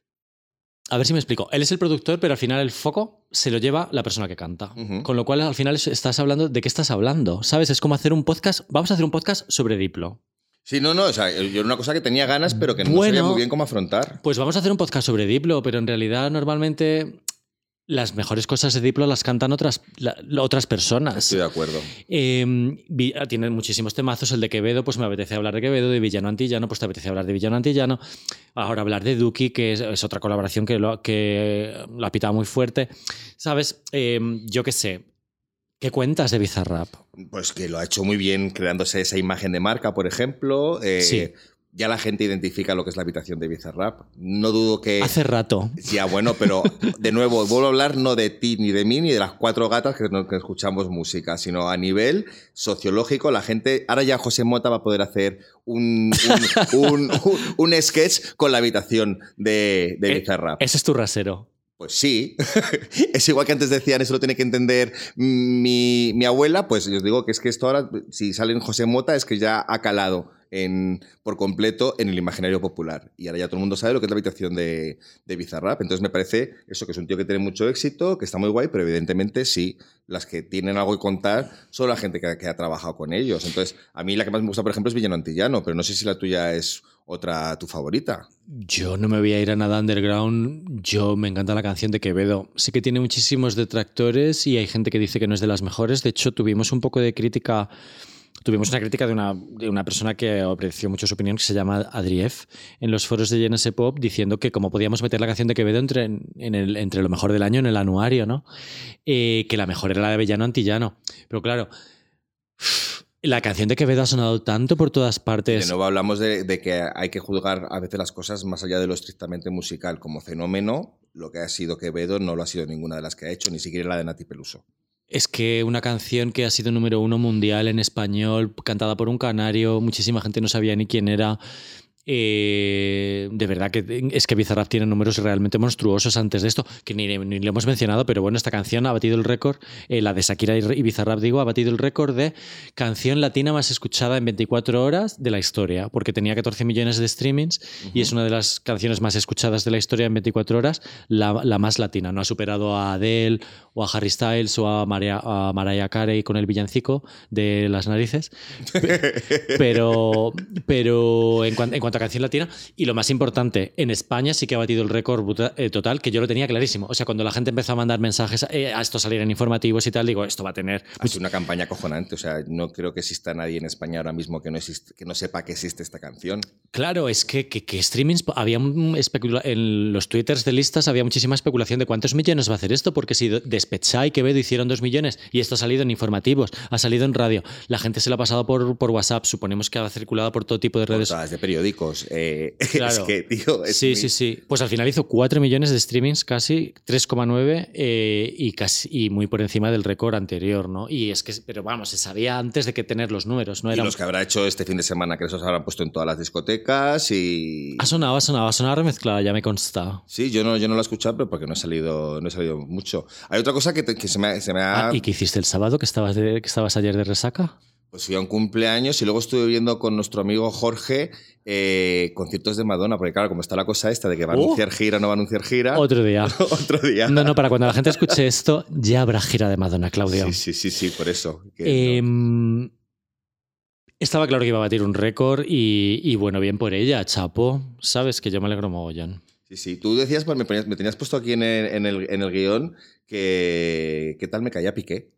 A ver si me explico. Él es el productor, pero al final el foco se lo lleva la persona que canta. Ujú. Con lo cual, al final estás hablando de qué estás hablando. ¿Sabes? Es como hacer un podcast. Vamos a hacer un podcast sobre Diplo. Sí, no, no, o sea, yo era una cosa que tenía ganas, pero que no Bueno. sabía muy bien cómo afrontar. Pues vamos a hacer un podcast sobre Diplo, pero en realidad normalmente las mejores cosas de Diplo las cantan otras, la- otras personas. Estoy de acuerdo. Eh, vi- tienen muchísimos temazos. El de Quevedo, pues me apetece hablar de Quevedo. De Villano Antillano, pues te apetece hablar de Villano Antillano. Ahora hablar de Duki, que es, es otra colaboración que lo, que lo ha pitado muy fuerte. ¿Sabes? Eh, yo qué sé. ¿Qué cuentas de Bizarrap? Pues que lo ha hecho muy bien creándose esa imagen de marca, por ejemplo. Eh, Sí. Ya la gente identifica lo que es la habitación de Bizarrap. No dudo que... Hace rato. Ya, bueno, pero de nuevo, vuelvo a hablar no de ti, ni de mí, ni de las cuatro gatas que, no- que escuchamos música, sino a nivel sociológico, la gente... Ahora ya José Mota va a poder hacer un, un, un, un- un sketch con la habitación de, de Eh, Bizarrap. Ese es tu rasero. Pues sí, es igual que antes decían, eso lo tiene que entender mi, mi abuela, pues yo os digo que es que esto ahora, si sale en José Mota, es que ya ha calado en, por completo en el imaginario popular. Y ahora ya todo el mundo sabe lo que es la habitación de, de Bizarrap. Entonces me parece eso, que es un tío que tiene mucho éxito, que está muy guay, pero evidentemente sí, las que tienen algo que contar son la gente que, ha- que ha trabajado con ellos. Entonces, a mí la que más me gusta, por ejemplo, es Villano Antillano, pero no sé si la tuya es otra tu favorita. Yo no me voy a ir a nada underground. Yo me encanta la canción de Quevedo. Sí que tiene muchísimos detractores y hay gente que dice que no es de las mejores. De hecho, tuvimos un poco de crítica. Tuvimos una crítica de una, de una persona que apreció mucho su opinión, que se llama Adrief, en los foros de G N S Pop, diciendo que como podíamos meter la canción de Quevedo entre, en el, entre lo mejor del año en el anuario, ¿no? Eh, que la mejor era la de Villano Antillano. Pero claro, la canción de Quevedo ha sonado tanto por todas De partes. nuevo hablamos de, de que hay que juzgar a veces las cosas más allá de lo estrictamente musical. Como fenómeno, lo que ha sido Quevedo no lo ha sido ninguna de las que ha hecho, ni siquiera la de Nati Peluso. Es que una canción que ha sido número uno mundial en español, cantada por un canario, muchísima gente no sabía ni quién era. Eh, de verdad que es que Bizarrap tiene números realmente monstruosos antes de esto, que ni, ni lo hemos mencionado, pero bueno, esta canción ha batido el récord, eh, la de Shakira y, y Bizarrap, digo, ha batido el récord de canción latina más escuchada en veinticuatro horas de la historia, porque tenía catorce millones de streamings uh-huh. y es una de las canciones más escuchadas de la historia en veinticuatro horas, la, la más latina. No ha superado a Adele o a Harry Styles o a, Maria, a Mariah Carey con el villancico de las narices, pero, pero en, cuan, en cuanto canción latina, y lo más importante, en España sí que ha batido el récord eh, total, que yo lo tenía clarísimo. O sea, cuando la gente empezó a mandar mensajes eh, a esto salir en informativos y tal, digo, esto va a tener... Ha sido una campaña acojonante, o sea, no creo que exista nadie en España ahora mismo que no, existe, que no sepa que existe esta canción. Claro, es que, que, que streamings, había especula en los twitters de listas había muchísima especulación de cuántos millones va a hacer esto, porque si Despechá y Quevedo hicieron dos millones y esto ha salido en informativos, ha salido en radio, la gente se lo ha pasado por, por WhatsApp, suponemos que ha circulado por todo tipo de redes. Portadas de periódicos. Eh, claro. Es que, tío, es sí, muy... sí, sí. Pues al final hizo cuatro millones de streamings, casi tres coma nueve eh, y casi y muy por encima del récord anterior, ¿no? Y es que, pero vamos, se sabía antes de que tener los números, ¿no? Era... Y los que habrá hecho este fin de semana, que esos habrán puesto en todas las discotecas y... Ha sonado, ha sonado, ha sonado remezclada, ya me consta. Sí, yo no, yo no lo he escuchado, pero porque no he salido, no he salido mucho. Hay otra cosa que, te, que se me, se me ha... Ah, ¿y qué hiciste el sábado, que estabas, de, que estabas ayer de resaca? Pues fui a un cumpleaños y luego estuve viendo con nuestro amigo Jorge eh, conciertos de Madonna, porque claro, como está la cosa esta de que va a uh, anunciar gira, no va a anunciar gira... Otro día. Otro día. No, no, para cuando la gente escuche esto, ya habrá gira de Madonna, Claudio. Sí, sí, sí, sí, por eso. Que eh, no. Estaba claro que iba a batir un récord y, y bueno, bien por ella, chapo. Sabes que yo me alegro mogollón. Sí, sí. Tú decías, pues me, ponías, me tenías puesto aquí en el, en el, en el guión que qué tal me caía Piqué.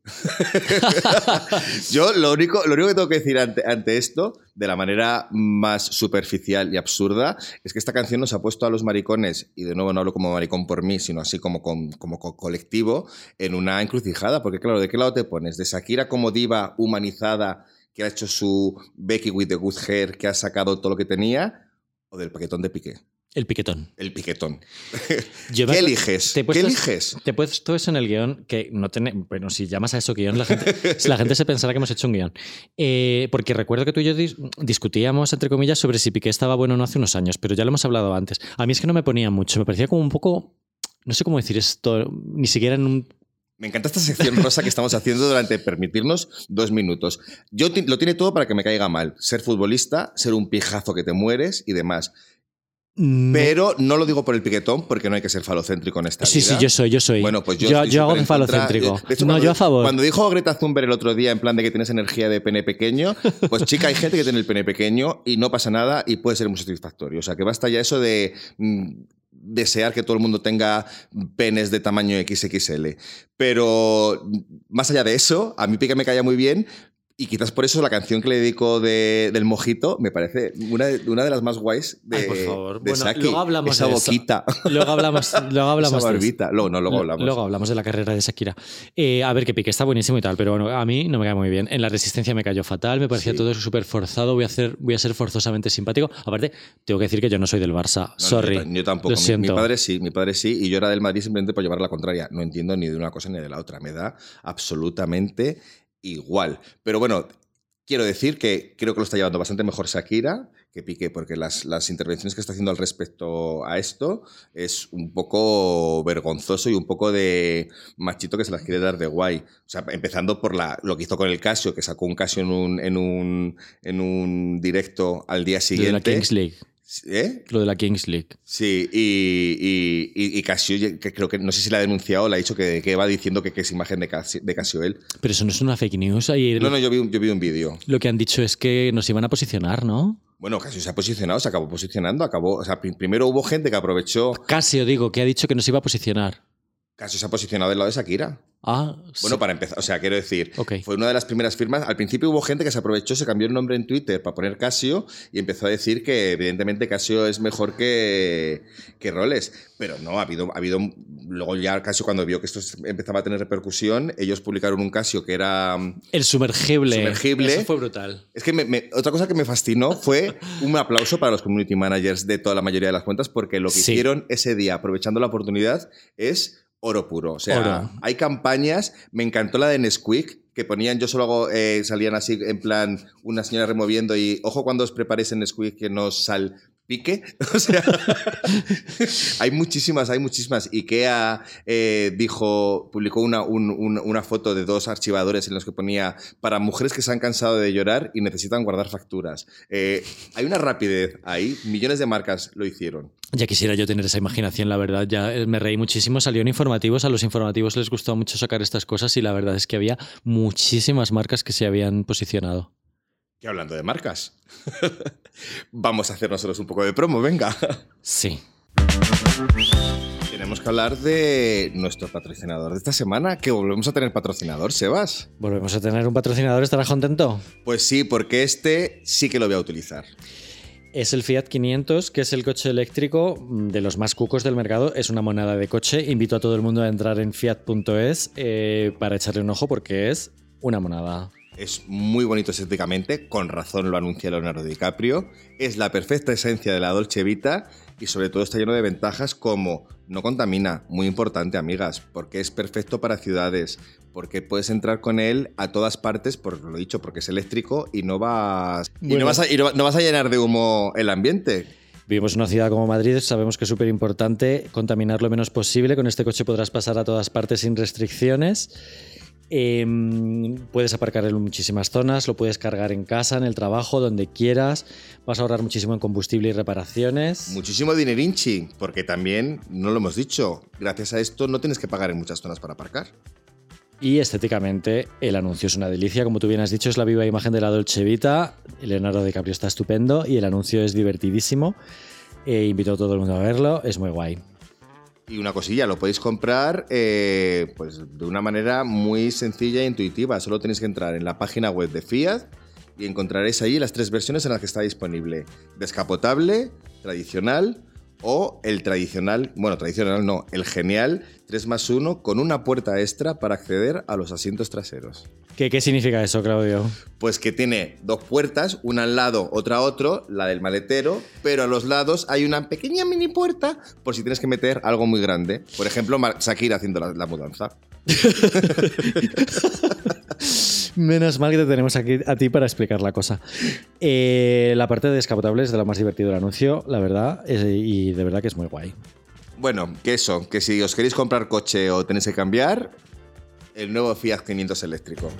Yo lo único, lo único que tengo que decir ante, ante esto, de la manera más superficial y absurda, es que esta canción nos ha puesto a los maricones, y de nuevo no hablo como maricón por mí, sino así como, como, como colectivo, en una encrucijada. Porque claro, ¿de qué lado te pones? ¿De Shakira como diva humanizada que ha hecho su Becky with the good hair, que ha sacado todo lo que tenía, o del paquetón de Piqué? El piquetón. El piquetón. Yo ¿Qué me, eliges? Te puesto, ¿Qué eliges? Te he puesto eso en el guión, que no tiene... Bueno, si llamas a eso guión, la gente, la gente se pensará que hemos hecho un guión. Eh, porque recuerdo que tú y yo dis discutíamos, entre comillas, sobre si Piqué estaba bueno o no hace unos años, pero ya lo hemos hablado antes. A mí es que no me ponía mucho, me parecía como un poco... No sé cómo decir esto, ni siquiera en un... Me encanta esta sección rosa que estamos haciendo durante permitirnos dos minutos. Yo lo tiene todo para que me caiga mal. Ser futbolista, ser un pijazo que te mueres y demás. Pero no lo digo por el piquetón, porque no hay que ser falocéntrico en esta sí, vida. Sí, yo soy, yo soy. Bueno, pues yo, yo, yo hago un falocéntrico. De hecho, no, cuando, yo a favor. Cuando dijo Greta Thunberg el otro día, en plan de que tienes energía de pene pequeño, pues chica, hay gente que tiene el pene pequeño y no pasa nada y puede ser muy satisfactorio. O sea, que basta ya eso de... Mmm, desear que todo el mundo tenga penes de tamaño equis equis ele. Pero más allá de eso, a mí Piqué me caía muy bien. Y quizás por eso la canción que le dedico de, del Mojito me parece una de, una de las más guays de, Ay, por favor. de bueno, Saki. Luego hablamos esa de boquita. Eso. Luego hablamos, luego hablamos esa de barbita. eso. Luego, no, luego hablamos. Luego hablamos de la carrera de Shakira. Eh, a ver, que Piqué está buenísimo y tal, pero bueno, a mí no me cae muy bien. En la Resistencia me cayó fatal, me parecía sí. todo súper forzado. Voy a, hacer, voy a ser forzosamente simpático. Aparte, tengo que decir que yo no soy del Barça. No, Sorry. Yo, yo tampoco. Lo mi, siento. mi padre sí, mi padre sí. Y yo era del Madrid simplemente por llevar la contraria. No entiendo ni de una cosa ni de la otra. Me da absolutamente igual. Pero bueno... Quiero decir que creo que lo está llevando bastante mejor Shakira que Piqué, porque las, las intervenciones que está haciendo al respecto a esto es un poco vergonzoso y un poco de machito que se las quiere dar de guay. O sea, empezando por la, lo que hizo con el Casio, que sacó un Casio en un, en un, en un directo al día siguiente. De la Kings League. ¿Eh? Lo de la Kings League. Sí, y, y, y, y Casio, que creo que no sé si la ha denunciado o la ha dicho que, que va diciendo que, que es imagen de Casio, de Casio él. Pero eso no es una fake news. Ayer No, no, yo vi, un- yo vi un vídeo. lo que han dicho es que nos iban a posicionar, ¿no? Bueno, Casio se ha posicionado, se acabó posicionando, acabó. O sea, pri- primero hubo gente que aprovechó. Casio, digo, que ha dicho que nos iba a posicionar. Casio se ha posicionado del lado de Shakira. Ah, Bueno, sí. para empezar, o sea, quiero decir, Ok. fue una de las primeras firmas. Al principio hubo gente que se aprovechó, se cambió el nombre en Twitter para poner Casio y empezó a decir que evidentemente Casio es mejor que, que Rolex. Pero no, ha habido, ha habido. Luego ya Casio, cuando vio que esto empezaba a tener repercusión, ellos publicaron un Casio que era. El sumergible. Sumergible. Eso fue brutal. Es que me- me- otra cosa que me fascinó fue un aplauso para los community managers de toda la mayoría de las cuentas, porque lo que Sí. hicieron ese día, aprovechando la oportunidad, es oro puro. O sea, Oro. hay campañas. Me encantó la de Nesquik, que ponían, yo solo hago, eh, salían así en plan, una señora removiendo y ojo cuando os preparéis en Nesquik que no salpique. O sea, hay muchísimas, hay muchísimas. IKEA eh, dijo, publicó una, un- un- una foto de dos archivadores en los que ponía para mujeres que se han cansado de llorar y necesitan guardar facturas. Eh, hay una rapidez ahí, millones de marcas lo hicieron. Ya quisiera yo tener esa imaginación, la verdad. Ya eh, me reí muchísimo. Salió en informativos. A los informativos les gustó mucho sacar estas cosas y la verdad es que había muchísimas marcas que se habían posicionado. Y hablando de marcas, vamos a hacer nosotros un poco de promo, venga. Sí. Tenemos que hablar de nuestro patrocinador de esta semana, que volvemos a tener patrocinador, Sebas. Volvemos a tener un patrocinador. ¿Estarás contento? Pues sí, porque este sí que lo voy a utilizar. Es el Fiat quinientos, que es el coche eléctrico de los más cucos del mercado. Es una monada de coche. Invito a todo el mundo a entrar en fiat punto es eh, para echarle un ojo porque es una monada. Es muy bonito estéticamente, con razón lo anuncia Leonardo DiCaprio. Es la perfecta esencia de la Dolce Vita y sobre todo está lleno de ventajas como no contamina, muy importante, amigas, porque es perfecto para ciudades, porque puedes entrar con él a todas partes, por lo dicho, porque es eléctrico y no vas, y Bueno. no vas, a, y no, no vas a llenar de humo el ambiente. Vivimos en una ciudad como Madrid, sabemos que es súper importante contaminar lo menos posible. Con este coche podrás pasar a todas partes sin restricciones. Eh, puedes aparcar en muchísimas zonas, lo puedes cargar en casa, en el trabajo, donde quieras. Vas a ahorrar muchísimo en combustible y reparaciones. Muchísimo dinerinchi, porque también, no lo hemos dicho, gracias a esto no tienes que pagar en muchas zonas para aparcar. Y estéticamente el anuncio es una delicia. Como tú bien has dicho, es la viva imagen de la Dolce Vita. Leonardo DiCaprio está estupendo y el anuncio es divertidísimo. Eh, invito a todo el mundo a verlo, es muy guay. Y una cosilla, lo podéis comprar eh, pues de una manera muy sencilla e intuitiva. Solo tenéis que entrar en la página web de Fiat y encontraréis ahí las tres versiones en las que está disponible. Descapotable, tradicional o el tradicional, bueno, tradicional no, el genial tres más uno con una puerta extra para acceder a los asientos traseros. ¿Qué, qué significa eso, Claudio? Pues que tiene dos puertas, una al lado, otra a otro, la del maletero, pero a los lados hay una pequeña mini puerta por si tienes que meter algo muy grande. Por ejemplo, Mar- Shakira haciendo la, la mudanza. Menos mal que te tenemos aquí a ti para explicar la cosa. Eh, la parte de descapotable es de lo más divertido del anuncio, la verdad, es- y de verdad que es muy guay. Bueno, que eso, que si os queréis comprar coche o tenéis que cambiar, el nuevo Fiat quinientos eléctrico.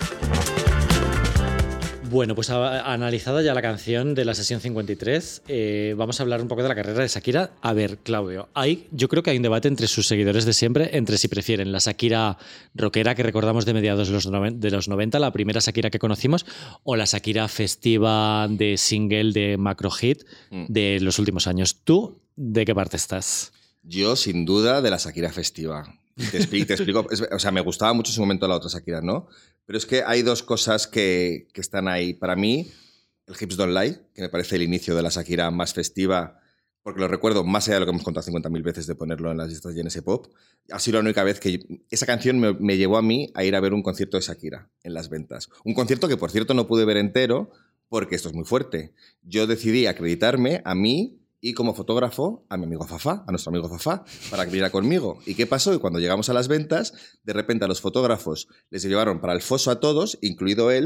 Bueno, pues a- analizada ya la canción de la sesión cincuenta y tres, eh, vamos a hablar un poco de la carrera de Shakira. A ver, Claudio, hay, yo creo que hay un debate entre sus seguidores de siempre, entre si prefieren la Shakira rockera que recordamos de mediados de los, noven- de los noventa, la primera Shakira que conocimos, o la Shakira festiva de single de macro hit Mm. de los últimos años. ¿Tú de qué parte estás? Yo, sin duda, de la Shakira festiva. Te explico, te explico. Es- o sea, me gustaba mucho en su momento la otra Shakira, ¿no? Pero es que hay dos cosas que, que están ahí. Para mí, el Hips Don't Lie, que me parece el inicio de la Shakira más festiva, porque lo recuerdo más allá de lo que hemos contado cincuenta mil veces de ponerlo en las listas de N S Pop. Ha sido la única vez que yo- esa canción me, me llevó a mí a ir a ver un concierto de Shakira en las ventas. Un concierto que, por cierto, no pude ver entero porque esto es muy fuerte. Yo decidí acreditarme a mí y como fotógrafo a mi amigo Fafá, a nuestro amigo Fafá, para que viniera conmigo. ¿Y qué pasó? Y cuando llegamos a las ventas, de repente a los fotógrafos les llevaron para el foso a todos, incluido él,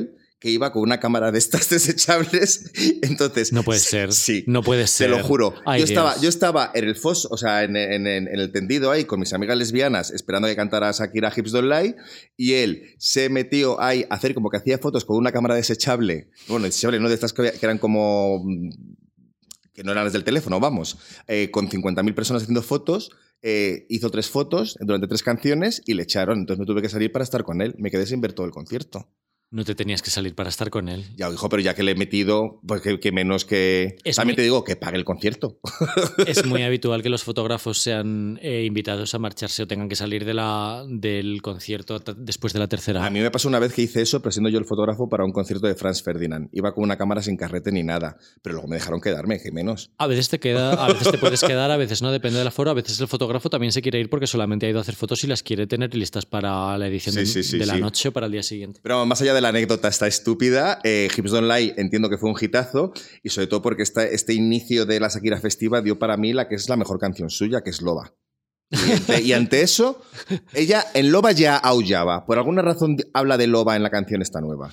que iba con una cámara de estas desechables. Entonces, No puede ser. Sí. No puede ser. Te lo juro. Ay, yo, estaba, Dios. yo estaba en el foso, o sea, en, en- en- en el tendido ahí con mis amigas lesbianas esperando que cantara Shakira Hips Don't Lie, y él se metió ahí a hacer como que hacía fotos con una cámara desechable. Bueno, desechable, no de estas que, había- que eran como... que no eran las del teléfono, vamos. Eh, con cincuenta mil personas haciendo fotos. Eh, hizo tres fotos durante tres canciones y le echaron. Entonces me tuve que salir para estar con él. Me quedé sin ver todo el concierto. No te tenías que salir para estar con él. Ya, hijo, pero ya que le he metido, pues que, que menos que... Es También muy- te digo que pague el concierto. Es muy habitual que los fotógrafos sean eh, invitados a marcharse o tengan que salir de la, del concierto t- después de la tercera. A mí me pasó una vez que hice eso, pero siendo yo el fotógrafo para un concierto de Franz Ferdinand. Iba con una cámara sin carrete ni nada, pero luego me dejaron quedarme, que menos. A veces te queda, a veces te puedes quedar, a veces no, depende del aforo. A veces el fotógrafo también se quiere ir porque solamente ha ido a hacer fotos y las quiere tener listas para la edición Sí, de, sí, sí, de la sí. noche o para el día siguiente. Pero más allá de la anécdota esta estúpida, eh, Hips Don't Lie entiendo que fue un hitazo, y sobre todo porque esta, este inicio de la Shakira Festiva dio para mí la que es la mejor canción suya, que es Loba. Y ante, y ante eso, ella en Loba ya aullaba. Por alguna razón habla de Loba en la canción esta nueva.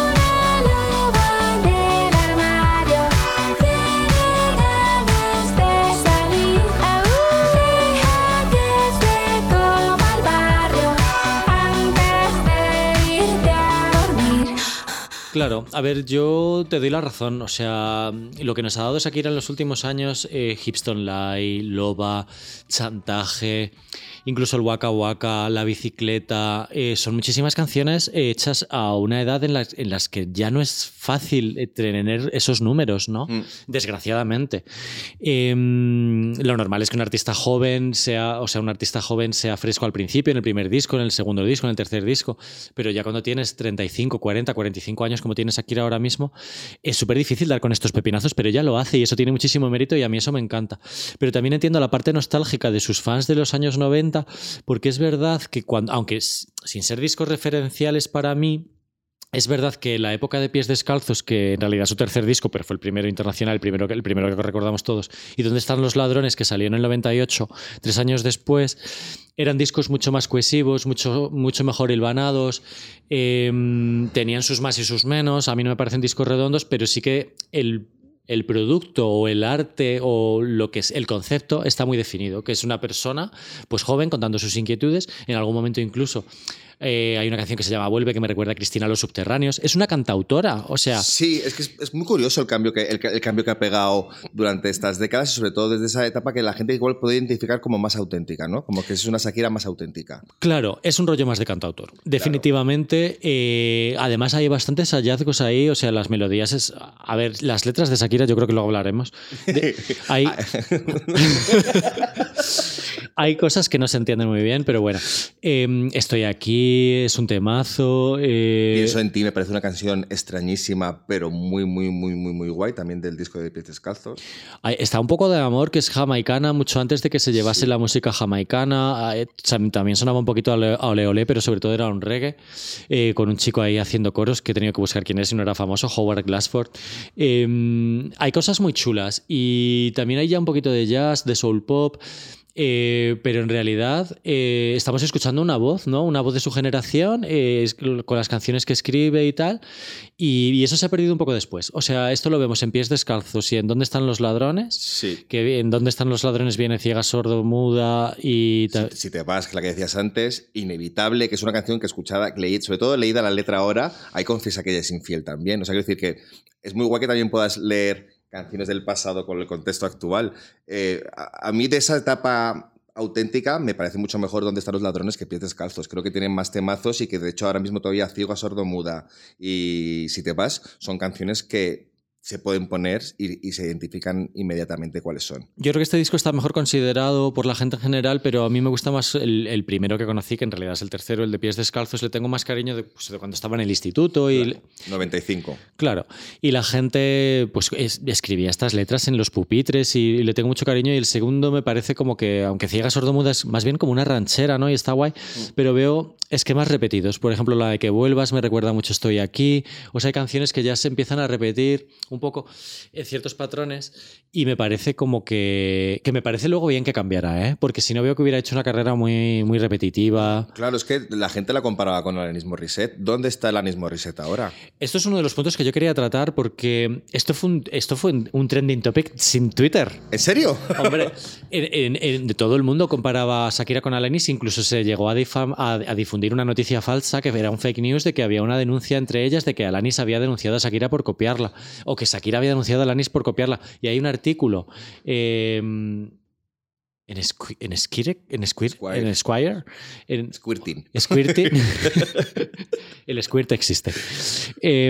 Claro, a ver, yo te doy la razón. O sea, lo que nos ha dado Shakira en los últimos años, eh, Hips Don't Lie, Loba, Chantaje, incluso el Waka Waka, La Bicicleta, eh, son muchísimas canciones eh, hechas a una edad en las, en las que ya no es fácil eh, tener esos números, ¿no? Mm. Desgraciadamente. Eh, lo normal es que un artista joven sea, o sea, un artista joven sea fresco al principio, en el primer disco, en el segundo disco, en el tercer disco, pero ya cuando tienes treinta y cinco, cuarenta, cuarenta y cinco años como tienes Shakira ahora mismo, es súper difícil dar con estos pepinazos, pero ella lo hace y eso tiene muchísimo mérito y a mí eso me encanta. Pero también entiendo la parte nostálgica de sus fans de los años noventa, porque es verdad que cuando, aunque s- sin ser discos referenciales para mí, es verdad que la época de Pies Descalzos, que en realidad es su tercer disco, pero fue el primero internacional, el primero, que- el primero que recordamos todos, y Dónde están los ladrones, que salió en el noventa y ocho, tres años después, eran discos mucho más cohesivos, mucho, mucho mejor hilvanados, eh, tenían sus más y sus menos. A mí no me parecen discos redondos, pero sí que el el producto o el arte o lo que es el concepto está muy definido, que es una persona pues joven contando sus inquietudes, en algún momento incluso eh, hay una canción que se llama Vuelve, que me recuerda a Cristina Los Subterráneos. Es una cantautora, o sea, Sí, es que es, es muy curioso el cambio, que, el, el cambio que ha pegado durante estas décadas, y sobre todo desde esa etapa que la gente igual puede identificar como más auténtica, ¿no? Como que es una Shakira más auténtica. claro, es un rollo más de cantautor. Definitivamente, eh, además hay bastantes hallazgos ahí, o sea, las melodías es... A ver, las letras de Shakira yo creo que luego hablaremos. De- hay, hay cosas que no se entienden muy bien, pero bueno. Eh, estoy aquí, es un temazo. eh, Pienso en ti, me parece una canción extrañísima, pero muy, muy, muy, muy, muy guay, también del disco de Pies Descalzos. hay- está un poco de amor, que es jamaicana, mucho antes de que se llevase Sí. la música jamaicana. Eh, también sonaba un poquito a ole a ole, ole, pero sobre todo era un reggae, eh, con un chico ahí haciendo coros que he tenido que buscar quién es y no era famoso, Howard Glassford. Eh, hay cosas muy chulas y también hay ya un poquito de jazz, de soul pop. Eh, pero en realidad eh, estamos escuchando una voz, ¿no? Una voz de su generación, eh, es- con las canciones que escribe y tal, y, y eso se ha perdido un poco después. O sea, esto lo vemos en Pies Descalzos y en ¿Dónde están los ladrones? Sí. Que en ¿Dónde están los ladrones? Viene Ciega, Sordo, Muda y tal. Si, si te vas, que la que decías antes, Inevitable, que es una canción que escuchada, que leí, sobre todo leída la letra ahora, hay confiesa que ella es infiel también. O sea, quiero decir que es muy guay que también puedas leer canciones del pasado con el contexto actual. Eh, a, a mí de esa etapa auténtica me parece mucho mejor Dónde están los ladrones que Pies Descalzos. Creo que tienen más temazos y que de hecho ahora mismo todavía Ciego, Sordo, Muda y Si te vas son canciones que se pueden poner y, y se identifican inmediatamente cuáles son. Yo creo que este disco está mejor considerado por la gente en general, pero a mí me gusta más el, el primero que conocí, que en realidad es el tercero, el de Pies Descalzos. Le tengo más cariño de, pues, de cuando estaba en el instituto y... Claro, noventa y cinco. Claro, y la gente pues es- escribía estas letras en los pupitres y, y le tengo mucho cariño. Y el segundo me parece como que, aunque Ciega, Sordo, Muda es más bien como una ranchera, ¿no? Y está guay, pero veo esquemas repetidos. Por ejemplo, la de Que vuelvas me recuerda mucho Estoy aquí. O sea, hay canciones que ya se empiezan a repetir. un poco eh, ciertos patrones y me parece como que, que me parece luego bien que cambiara, ¿eh? Porque si no veo que hubiera hecho una carrera muy, muy repetitiva. Claro, es que la gente la comparaba con Alanis Morissette. ¿Dónde está Alanis Morissette ahora? Esto es uno de los puntos que yo quería tratar porque esto fue un, esto fue un trending topic sin Twitter. ¿En serio? Hombre, en, en, en, de todo el mundo comparaba a Shakira con Alanis, incluso se llegó a, difam, a, a difundir una noticia falsa que era un fake news de que había una denuncia entre ellas de que Alanis había denunciado a Shakira por copiarla o que Shakira había denunciado a Alanis por copiarla. Y hay un artículo eh, en, Squ en, Squire, en, Squire, Squire. en Squire, en Squirting. Squirting. El Squirt existe. Eh,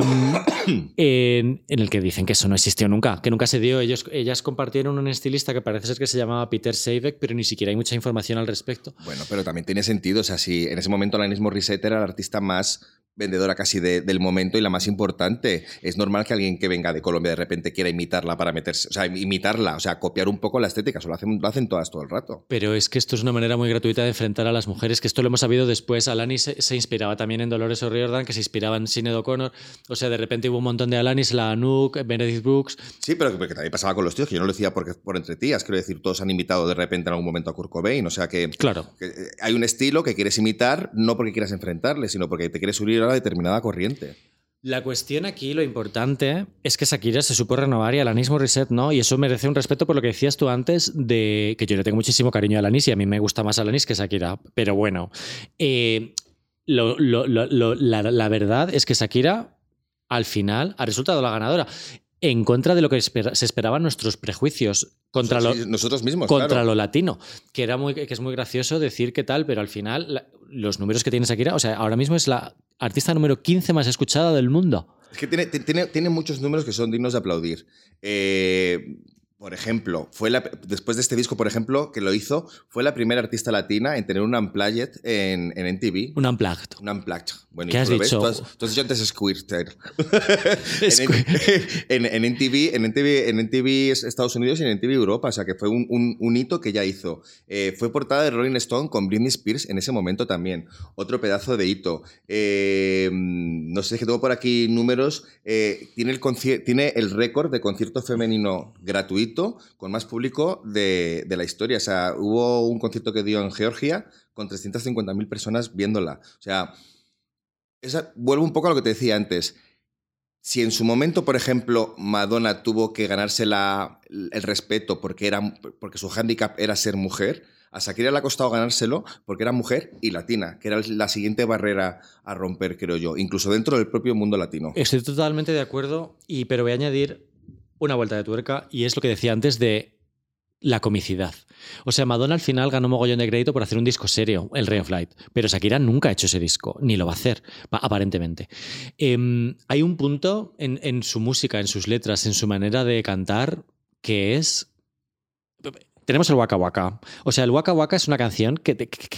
en, en el que dicen que eso no existió nunca, que nunca se dio. Ellos, ellas compartieron un estilista que parece ser que se llamaba Peter Seivek, pero ni siquiera hay mucha información al respecto. Bueno, pero también tiene sentido. O sea, si en ese momento Alanis Morissette era la artista más vendedora casi de, del momento y la más importante, es normal que alguien que venga de Colombia de repente quiera imitarla para meterse, o sea, imitarla, o sea, copiar un poco la estética. Eso lo hacen, lo hacen todas todo el rato. Pero es que esto es una manera muy gratuita de enfrentar a las mujeres, que esto lo hemos sabido después. Alanis se, se inspiraba también en Dolores O'Riordan, que se inspiraba en Sinéad O'Connor. O sea, de repente hubo un montón de Alanis, la Anouk, Meredith Brooks. Sí, pero que, que también pasaba con los tíos, que yo no lo decía porque, por entre tías. Quiero decir, todos han imitado de repente en algún momento a Kurt Cobain. O sea, que, claro. que hay un estilo que quieres imitar no porque quieras enfrentarle, sino porque te quieres unir a una determinada corriente. La cuestión aquí, lo importante, es que Shakira se supo renovar y Alanis Morissette no, y eso merece un respeto por lo que decías tú antes, de que yo le tengo muchísimo cariño a Alanis y a mí me gusta más Alanis que Shakira, pero bueno, eh, lo, lo, lo, lo, la, la verdad es que Shakira al final ha resultado la ganadora, en contra de lo que espera, se esperaban nuestros prejuicios. Contra lo, sí, nosotros mismos, contra claro. lo latino, que era muy, que es muy gracioso decir que tal, pero al final la, los números que tiene Shakira, o sea, ahora mismo es la artista número quince más escuchada del mundo. Es que tiene, tiene, tiene muchos números que son dignos de aplaudir. Eh, por ejemplo, fue la, después de este disco, por ejemplo, que lo hizo, fue la primera artista latina en tener un Unplugged en, en M T V. Un Unplugged. Un Unplugged. Bueno, ¿qué has dicho? Tú has, tú has dicho antes Squirter. en, en, en M T V, en M T V, en M T V Estados Unidos y en M T V Europa. O sea, que fue un, un, un hito que ya hizo. Eh, fue portada de Rolling Stone con Britney Spears en ese momento también. Otro pedazo de hito. Eh, no sé, es que tengo por aquí números. Eh, tiene, el tiene el récord de concierto femenino gratuito con más público de, de la historia. O sea, hubo un concierto que dio en Georgia con trescientas cincuenta mil personas viéndola. O sea, esa, vuelvo un poco a lo que te decía antes. Si en su momento, por ejemplo, Madonna tuvo que ganarse la, el respeto porque, era, porque su hándicap era ser mujer, a Shakira le ha costado ganárselo porque era mujer y latina, que era la siguiente barrera a romper, creo yo, incluso dentro del propio mundo latino. Estoy totalmente de acuerdo, y, pero voy a añadir una vuelta de tuerca, y es lo que decía antes de la comicidad. O sea, Madonna al final ganó mogollón de crédito por hacer un disco serio, el Ray of Light, pero Shakira nunca ha hecho ese disco, ni lo va a hacer, aparentemente. Eh, hay un punto en, en su música, en sus letras, en su manera de cantar, que es... Tenemos el Waka Waka. O sea, el Waka Waka es una canción que... que, que, que,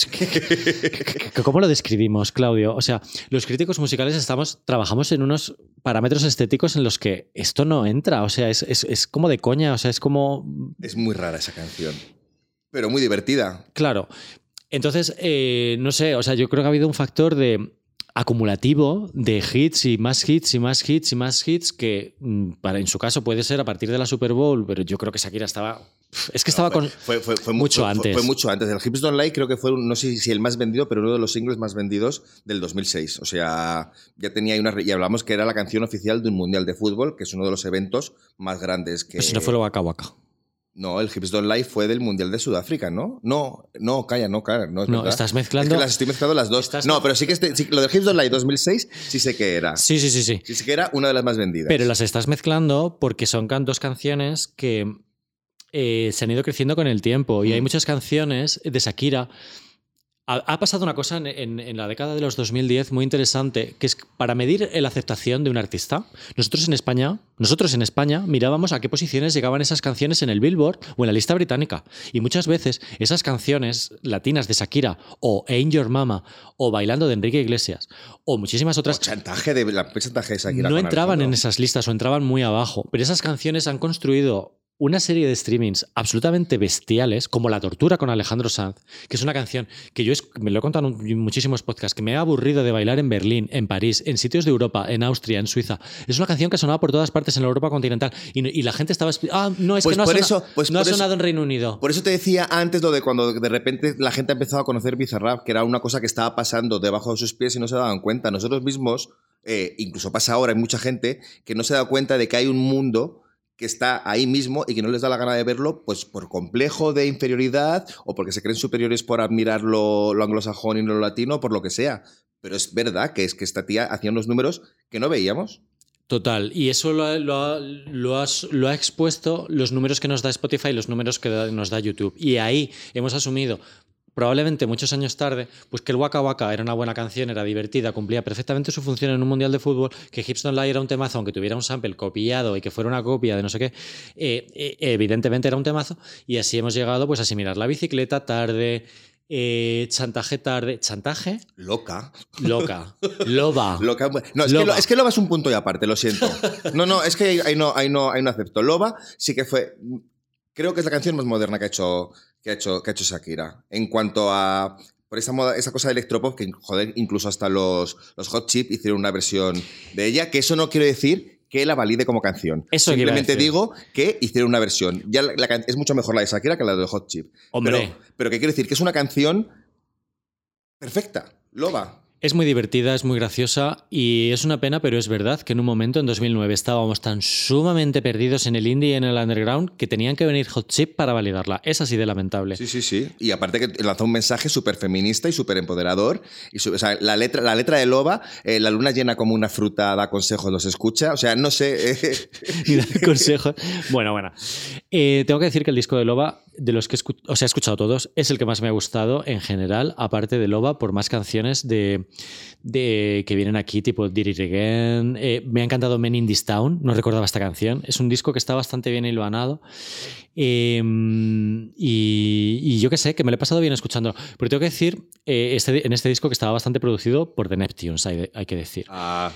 que, que ¿cómo lo describimos, Claudio? O sea, los críticos musicales estamos, trabajamos en unos parámetros estéticos en los que esto no entra. O sea, es, es, es como de coña. O sea, es como... Es muy rara esa canción, pero muy divertida. Claro. Entonces, eh, no sé, o sea, yo creo que ha habido un factor de... acumulativo de hits y más hits y más hits y más hits que para, en su caso puede ser a partir de la Super Bowl, pero yo creo que Shakira estaba... Es que estaba no, fue, con... Fue, fue, fue mucho fue, antes. Fue, fue mucho antes. El Hips Don't Lie creo que fue, no sé si el más vendido, pero uno de los singles más vendidos del dos mil seis. O sea, ya tenía ahí una... Y hablamos que era la canción oficial de un mundial de fútbol, que es uno de los eventos más grandes que... Pero si no fue el Waka Waka. No, el Hips Don't Lie fue del Mundial de Sudáfrica, ¿no? No, no, calla, no, calla. No, es no verdad. estás mezclando... Es que las estoy mezclando las dos. Estás... No, pero sí que este, sí, lo del Hips Don't Lie dos mil seis sí sé que era. Sí, sí, sí, sí. Sí sé que era una de las más vendidas. Pero las estás mezclando porque son dos canciones que eh, se han ido creciendo con el tiempo. Y mm. hay muchas canciones de Shakira... Ha pasado una cosa en, en, en la década de los dos mil diez muy interesante, que es para medir la aceptación de un artista, nosotros en España, nosotros en España mirábamos a qué posiciones llegaban esas canciones en el Billboard o en la lista británica. Y muchas veces esas canciones latinas de Shakira, o Ain't Your Mama, o Bailando de Enrique Iglesias, o muchísimas otras... O chantaje de, la chantaje de Shakira. No entraban en esas listas o entraban muy abajo, pero esas canciones han construido una serie de streamings absolutamente bestiales, como La Tortura con Alejandro Sanz, que es una canción que yo es, me lo he contado en muchísimos podcasts, que me he aburrido de bailar en Berlín, en París, en sitios de Europa, en Austria, en Suiza. Es una canción que sonaba por todas partes en la Europa continental y, y la gente estaba... Ah, no, es Pues que no, por ha, eso- sona- pues no ha por eso- sonado en Reino Unido. Por eso te decía antes lo de cuando de repente la gente ha empezado a conocer Bizarrap, que era una cosa que estaba pasando debajo de sus pies y no se daban cuenta. Nosotros mismos, eh, incluso pasa ahora, hay mucha gente que no se da cuenta de que hay un mundo que está ahí mismo y que no les da la gana de verlo, pues por complejo de inferioridad o porque se creen superiores por admirar lo, lo anglosajón y no lo latino, por lo que sea. Pero es verdad que es que esta tía hacía unos números que no veíamos. Total, y eso lo ha, lo, ha, lo, has- lo ha expuesto los números que nos da Spotify y los números que da- nos da YouTube. Y ahí hemos asumido, probablemente muchos años tarde, pues que el Waka Waka era una buena canción, era divertida, cumplía perfectamente su función en un mundial de fútbol, que Hips Don't Lie era un temazo, aunque tuviera un sample copiado y que fuera una copia de no sé qué, eh, eh, evidentemente era un temazo, y así hemos llegado pues a asimilar La Bicicleta tarde, eh, Chantaje tarde, Chantaje, Loca. loca, loba. Loca. No, es que, Loba. lo, es que Loba es un punto y aparte, lo siento. No, no, es que ahí, ahí no, ahí, no, ahí no acepto. Loba sí que fue... Creo que es la canción más moderna que ha hecho, que ha hecho, que ha hecho Shakira. En cuanto a... Por esa, moda, esa cosa de electropop que, joder, incluso hasta los, los Hot Chip hicieron una versión de ella, que eso no quiere decir que la valide como canción. Eso que iba a Simplemente decir. digo que hicieron una versión. Ya la- la can- es mucho mejor la de Shakira que la de Hot Chip. Hombre. Pero, pero que quiero decir que es una canción perfecta. Loba. Es muy divertida, es muy graciosa y es una pena, pero es verdad que en un momento, en dos mil nueve, estábamos tan sumamente perdidos en el indie y en el underground que tenían que venir Hot Chip para validarla. Es así de lamentable. Sí, sí, sí. Y aparte que lanzó un mensaje súper feminista y súper empoderador. Y su- o sea, la letra, la letra de Loba, eh, la luna llena como una fruta, da consejos, los escucha. O sea, no sé. eh, Y dar consejos. Bueno, bueno. Eh, tengo que decir que el disco de Loba, de los que he, escu- o sea, he escuchado todos, es el que más me ha gustado en general, aparte de Loba, por más canciones de, de que vienen aquí, tipo Did It Again. Eh, me ha encantado Men in This Town, no recordaba esta canción. Es un disco que está bastante bien hilvanado. Eh, y, y yo qué sé, que me lo he pasado bien escuchándolo. Pero tengo que decir, eh, este, en este disco que estaba bastante producido por The Neptunes, hay, de- hay que decir. ah,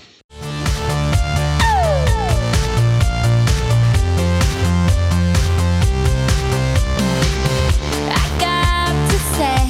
I got to say,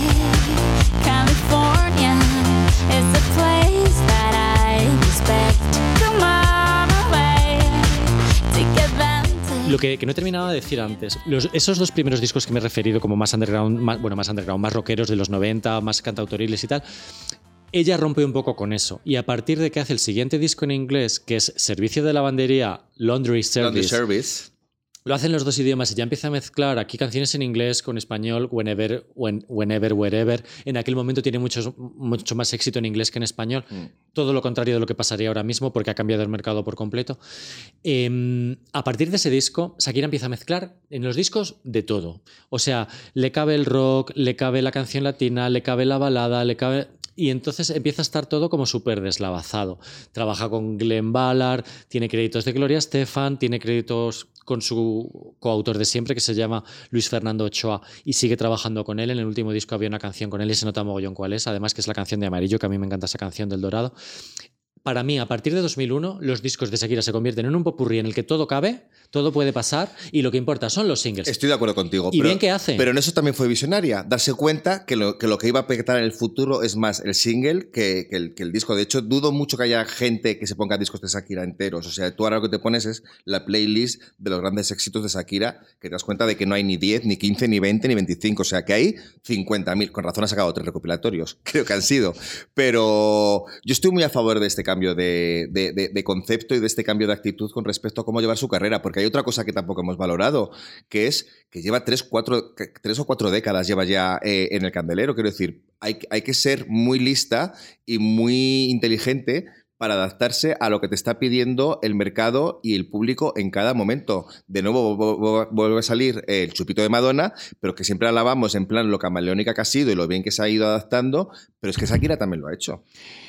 California is the place that I expect. Come on away, take advantage. Lo que, que no he terminado de decir antes, los- esos dos primeros discos que me he referido como más underground, más, bueno, más underground, más rockeros de los noventa, más cantautoriles y tal, ella rompe un poco con eso. Y a partir de que hace el siguiente disco en inglés, que es Servicio de Lavandería, Laundry Service, Laundry Service. lo hacen los dos idiomas y ya empieza a mezclar aquí canciones en inglés con español, whenever, when- whenever, wherever. En aquel momento tiene mucho, mucho más éxito en inglés que en español. Mm. Todo lo contrario de lo que pasaría ahora mismo porque ha cambiado el mercado por completo. Eh, a partir de ese disco, Shakira empieza a mezclar en los discos de todo. O sea, le cabe el rock, le cabe la canción latina, le cabe la balada, le cabe... Y entonces empieza a estar todo como súper deslavazado. Trabaja con Glenn Ballard, tiene créditos de Gloria Estefan, tiene créditos con su coautor de siempre que se llama Luis Fernando Ochoa y sigue trabajando con él. En el último disco había una canción con él y se nota mogollón cuál es. Además que es la canción de Amarillo, que a mí me encanta esa canción del Dorado. Para mí, a partir de dos mil uno, los discos de Shakira se convierten en un popurrí en el que todo cabe, todo puede pasar y lo que importa son los singles. Estoy de acuerdo contigo. ¿Y pero, bien que hace? Pero en eso también fue visionaria. Darse cuenta que lo que, lo que iba a petar en el futuro es más el single que, que, el, que el disco. De hecho, dudo mucho que haya gente que se ponga discos de Shakira enteros. O sea, tú ahora lo que te pones es la playlist de los grandes éxitos de Shakira, que te das cuenta de que no hay ni diez, ni quince, ni veinte, ni veinticinco. O sea, que hay cincuenta mil. Con razón ha sacado tres recopilatorios. Creo que han sido. Pero yo estoy muy a favor de este cambio de, de, de, de concepto y de este cambio de actitud con respecto a cómo llevar su carrera. Porque hay otra cosa que tampoco hemos valorado, que es que lleva tres, cuatro, tres o cuatro décadas lleva ya eh, en el candelero. Quiero decir, hay, hay que ser muy lista y muy inteligente para adaptarse a lo que te está pidiendo el mercado y el público en cada momento. De nuevo vuelve a salir el chupito de Madonna, pero que siempre alabamos en plan lo camaleónica que ha sido y lo bien que se ha ido adaptando, pero es que Shakira también lo ha hecho.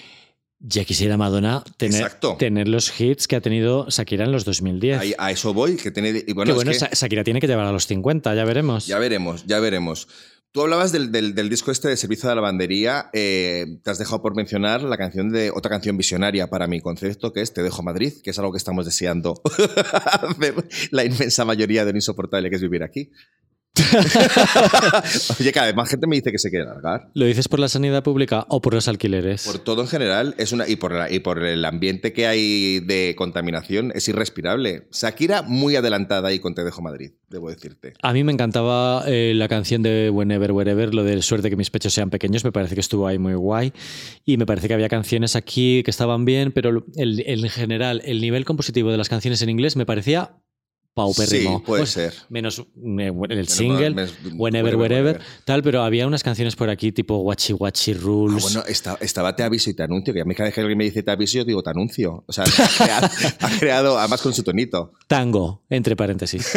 Ya quisiera Madonna tener, Exacto. tener los hits que ha tenido Shakira en los dos mil diez. Ahí, a eso voy. Que tiene, y bueno, que bueno, es que Shakira tiene que llevar a los cincuenta, ya veremos. ya veremos, ya veremos. Tú hablabas del, del, del disco este de Servicio de Lavandería, eh, te has dejado por mencionar la canción de otra canción visionaria para mi concepto, que es Te dejo Madrid, que es algo que estamos deseando hacer la inmensa mayoría de lo insoportable que es vivir aquí. Oye, cada vez más gente me dice que se quiere largar. ¿Lo dices por la sanidad pública o por los alquileres? Por todo en general es una, y, por la, y por el ambiente que hay de contaminación es irrespirable. Shakira muy adelantada ahí con Te dejo Madrid, debo decirte. A mí me encantaba eh, la canción de Whenever, Wherever, lo de suerte que mis pechos sean pequeños, me parece que estuvo ahí muy guay y me parece que había canciones aquí que estaban bien, pero el, el, en general el nivel compositivo de las canciones en inglés me parecía paupérrimo. Sí, puede pues, ser. Menos eh, el single, menos, Whenever, wherever, Wherever, wherever, tal, pero había unas canciones por aquí tipo Wachi Wachi Rules. Ah, bueno, está, estaba Te aviso y te anuncio, que a mí cada vez que alguien me dice Te aviso yo digo Te anuncio. O sea, ha creado, ha creado además con su tonito. Tango, entre paréntesis.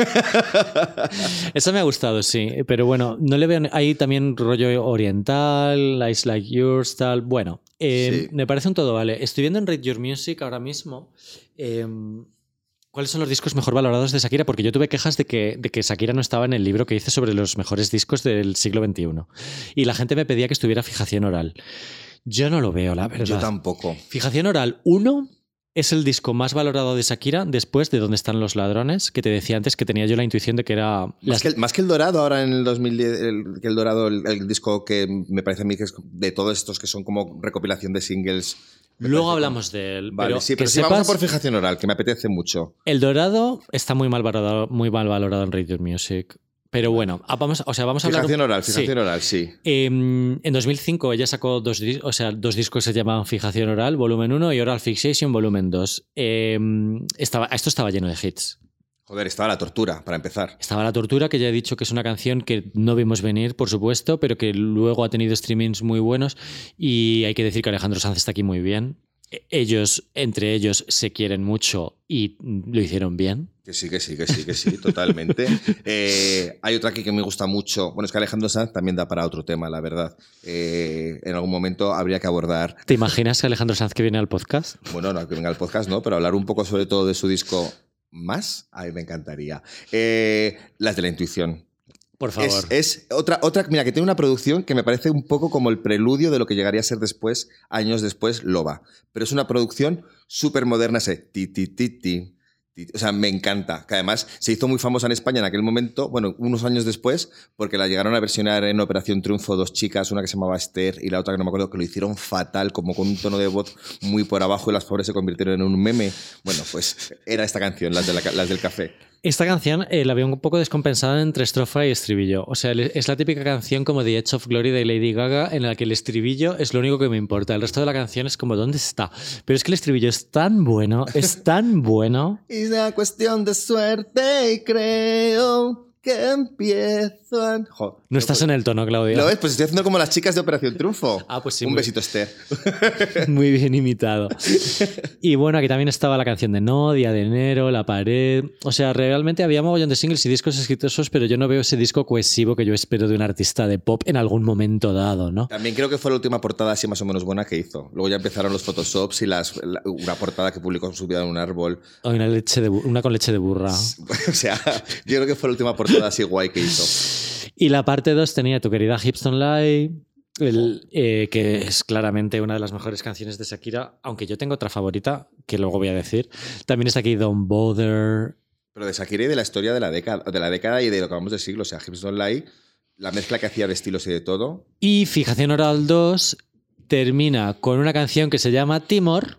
Eso me ha gustado, sí. Pero bueno, no le veo... Hay también rollo oriental, Lies Like Yours, tal... Bueno, eh, sí. Me parece un todo vale. Estoy viendo en Rate Your Music ahora mismo... Eh, ¿Cuáles son los discos mejor valorados de Shakira? Porque yo tuve quejas de que, de que Shakira no estaba en el libro que hice sobre los mejores discos del siglo veintiuno. Y la gente me pedía que estuviera Fijación Oral. Yo no lo veo, la verdad. Yo tampoco. Fijación Oral uno es el disco más valorado de Shakira después de Dónde están los ladrones, que te decía antes que tenía yo la intuición de que era... Más, las... que, el, más que el Dorado ahora en el dos mil diez, el, que el Dorado, el, el disco que me parece a mí que es de todos estos que son como recopilación de singles... Luego hablamos como... de él. Vale, pero sí, pero sí sepas, vamos a por Fijación Oral, que me apetece mucho. El Dorado está muy mal valorado, muy mal valorado en Radio Music. Pero bueno, vamos, o sea, vamos a hablar... Fijación Oral, Fijación sí. Oral, sí. Eh, en dos mil cinco ella sacó dos, o sea, dos discos que se llamaban Fijación Oral, volumen uno, y Oral Fixation, volumen dos. Eh, estaba, esto estaba lleno de hits. Joder, estaba La Tortura, para empezar. Estaba La Tortura, que ya he dicho que es una canción que no vimos venir, por supuesto, pero que luego ha tenido streamings muy buenos. Y hay que decir que Alejandro Sanz está aquí muy bien. Ellos, entre ellos, se quieren mucho y lo hicieron bien. Que sí, que sí, que sí, que sí, totalmente. eh, hay otra aquí que me gusta mucho. Bueno, es que Alejandro Sanz también da para otro tema, la verdad. Eh, en algún momento habría que abordar... ¿Te imaginas que Alejandro Sanz que viene al podcast? Bueno, no, que venga al podcast, no, pero hablar un poco sobre todo de su disco Más, a mí me encantaría. Eh, las de la intuición. Por favor. Es, es otra, otra, mira, que tiene una producción que me parece un poco como el preludio de lo que llegaría a ser después, años después, Loba. Pero es una producción súper moderna, ese ti, ti, ti, ti. O sea, me encanta. Que además se hizo muy famosa en España en aquel momento, bueno, unos años después, porque la llegaron a versionar en Operación Triunfo dos chicas, una que se llamaba Esther y la otra que no me acuerdo, que lo hicieron fatal, como con un tono de voz muy por abajo y las pobres se convirtieron en un meme. Bueno, pues era esta canción, las, de la, las del café. Esta canción eh, la veo un poco descompensada entre estrofa y estribillo. O sea, es la típica canción como The Edge of Glory de Lady Gaga, en la que el estribillo es lo único que me importa. El resto de la canción es como, ¿dónde está? Pero es que el estribillo es tan bueno, es tan bueno. Es una cuestión de suerte y creo que empiezo a... Joder, no estás en el tono, Claudia. ¿Lo ves? Pues estoy haciendo como las chicas de Operación Triunfo. Ah, pues sí. Un muy... besito, Esther. Muy bien imitado. Y bueno, aquí también estaba la canción de No, Día de Enero, La Pared... O sea, realmente había mogollón de singles y discos exitosos, pero yo no veo ese disco cohesivo que yo espero de un artista de pop en algún momento dado, ¿no? También creo que fue la última portada así más o menos buena que hizo. Luego ya empezaron los photoshops y las, la, una portada que publicó subida en un árbol. O una, leche de, una con leche de burra. O sea, yo creo que fue la última portada así guay que hizo. Y la parte dos tenía Tu querida Hips Don't Lie, el, eh, que es claramente una de las mejores canciones de Shakira, aunque yo tengo otra favorita, que luego voy a decir. También está aquí Don't Bother. Pero de Shakira y de la historia de la década, de la década y de lo que vamos de siglo. O sea, Hips Don't Lie, la mezcla que hacía de estilos y de todo. Y Fijación Oral dos termina con una canción que se llama Timor.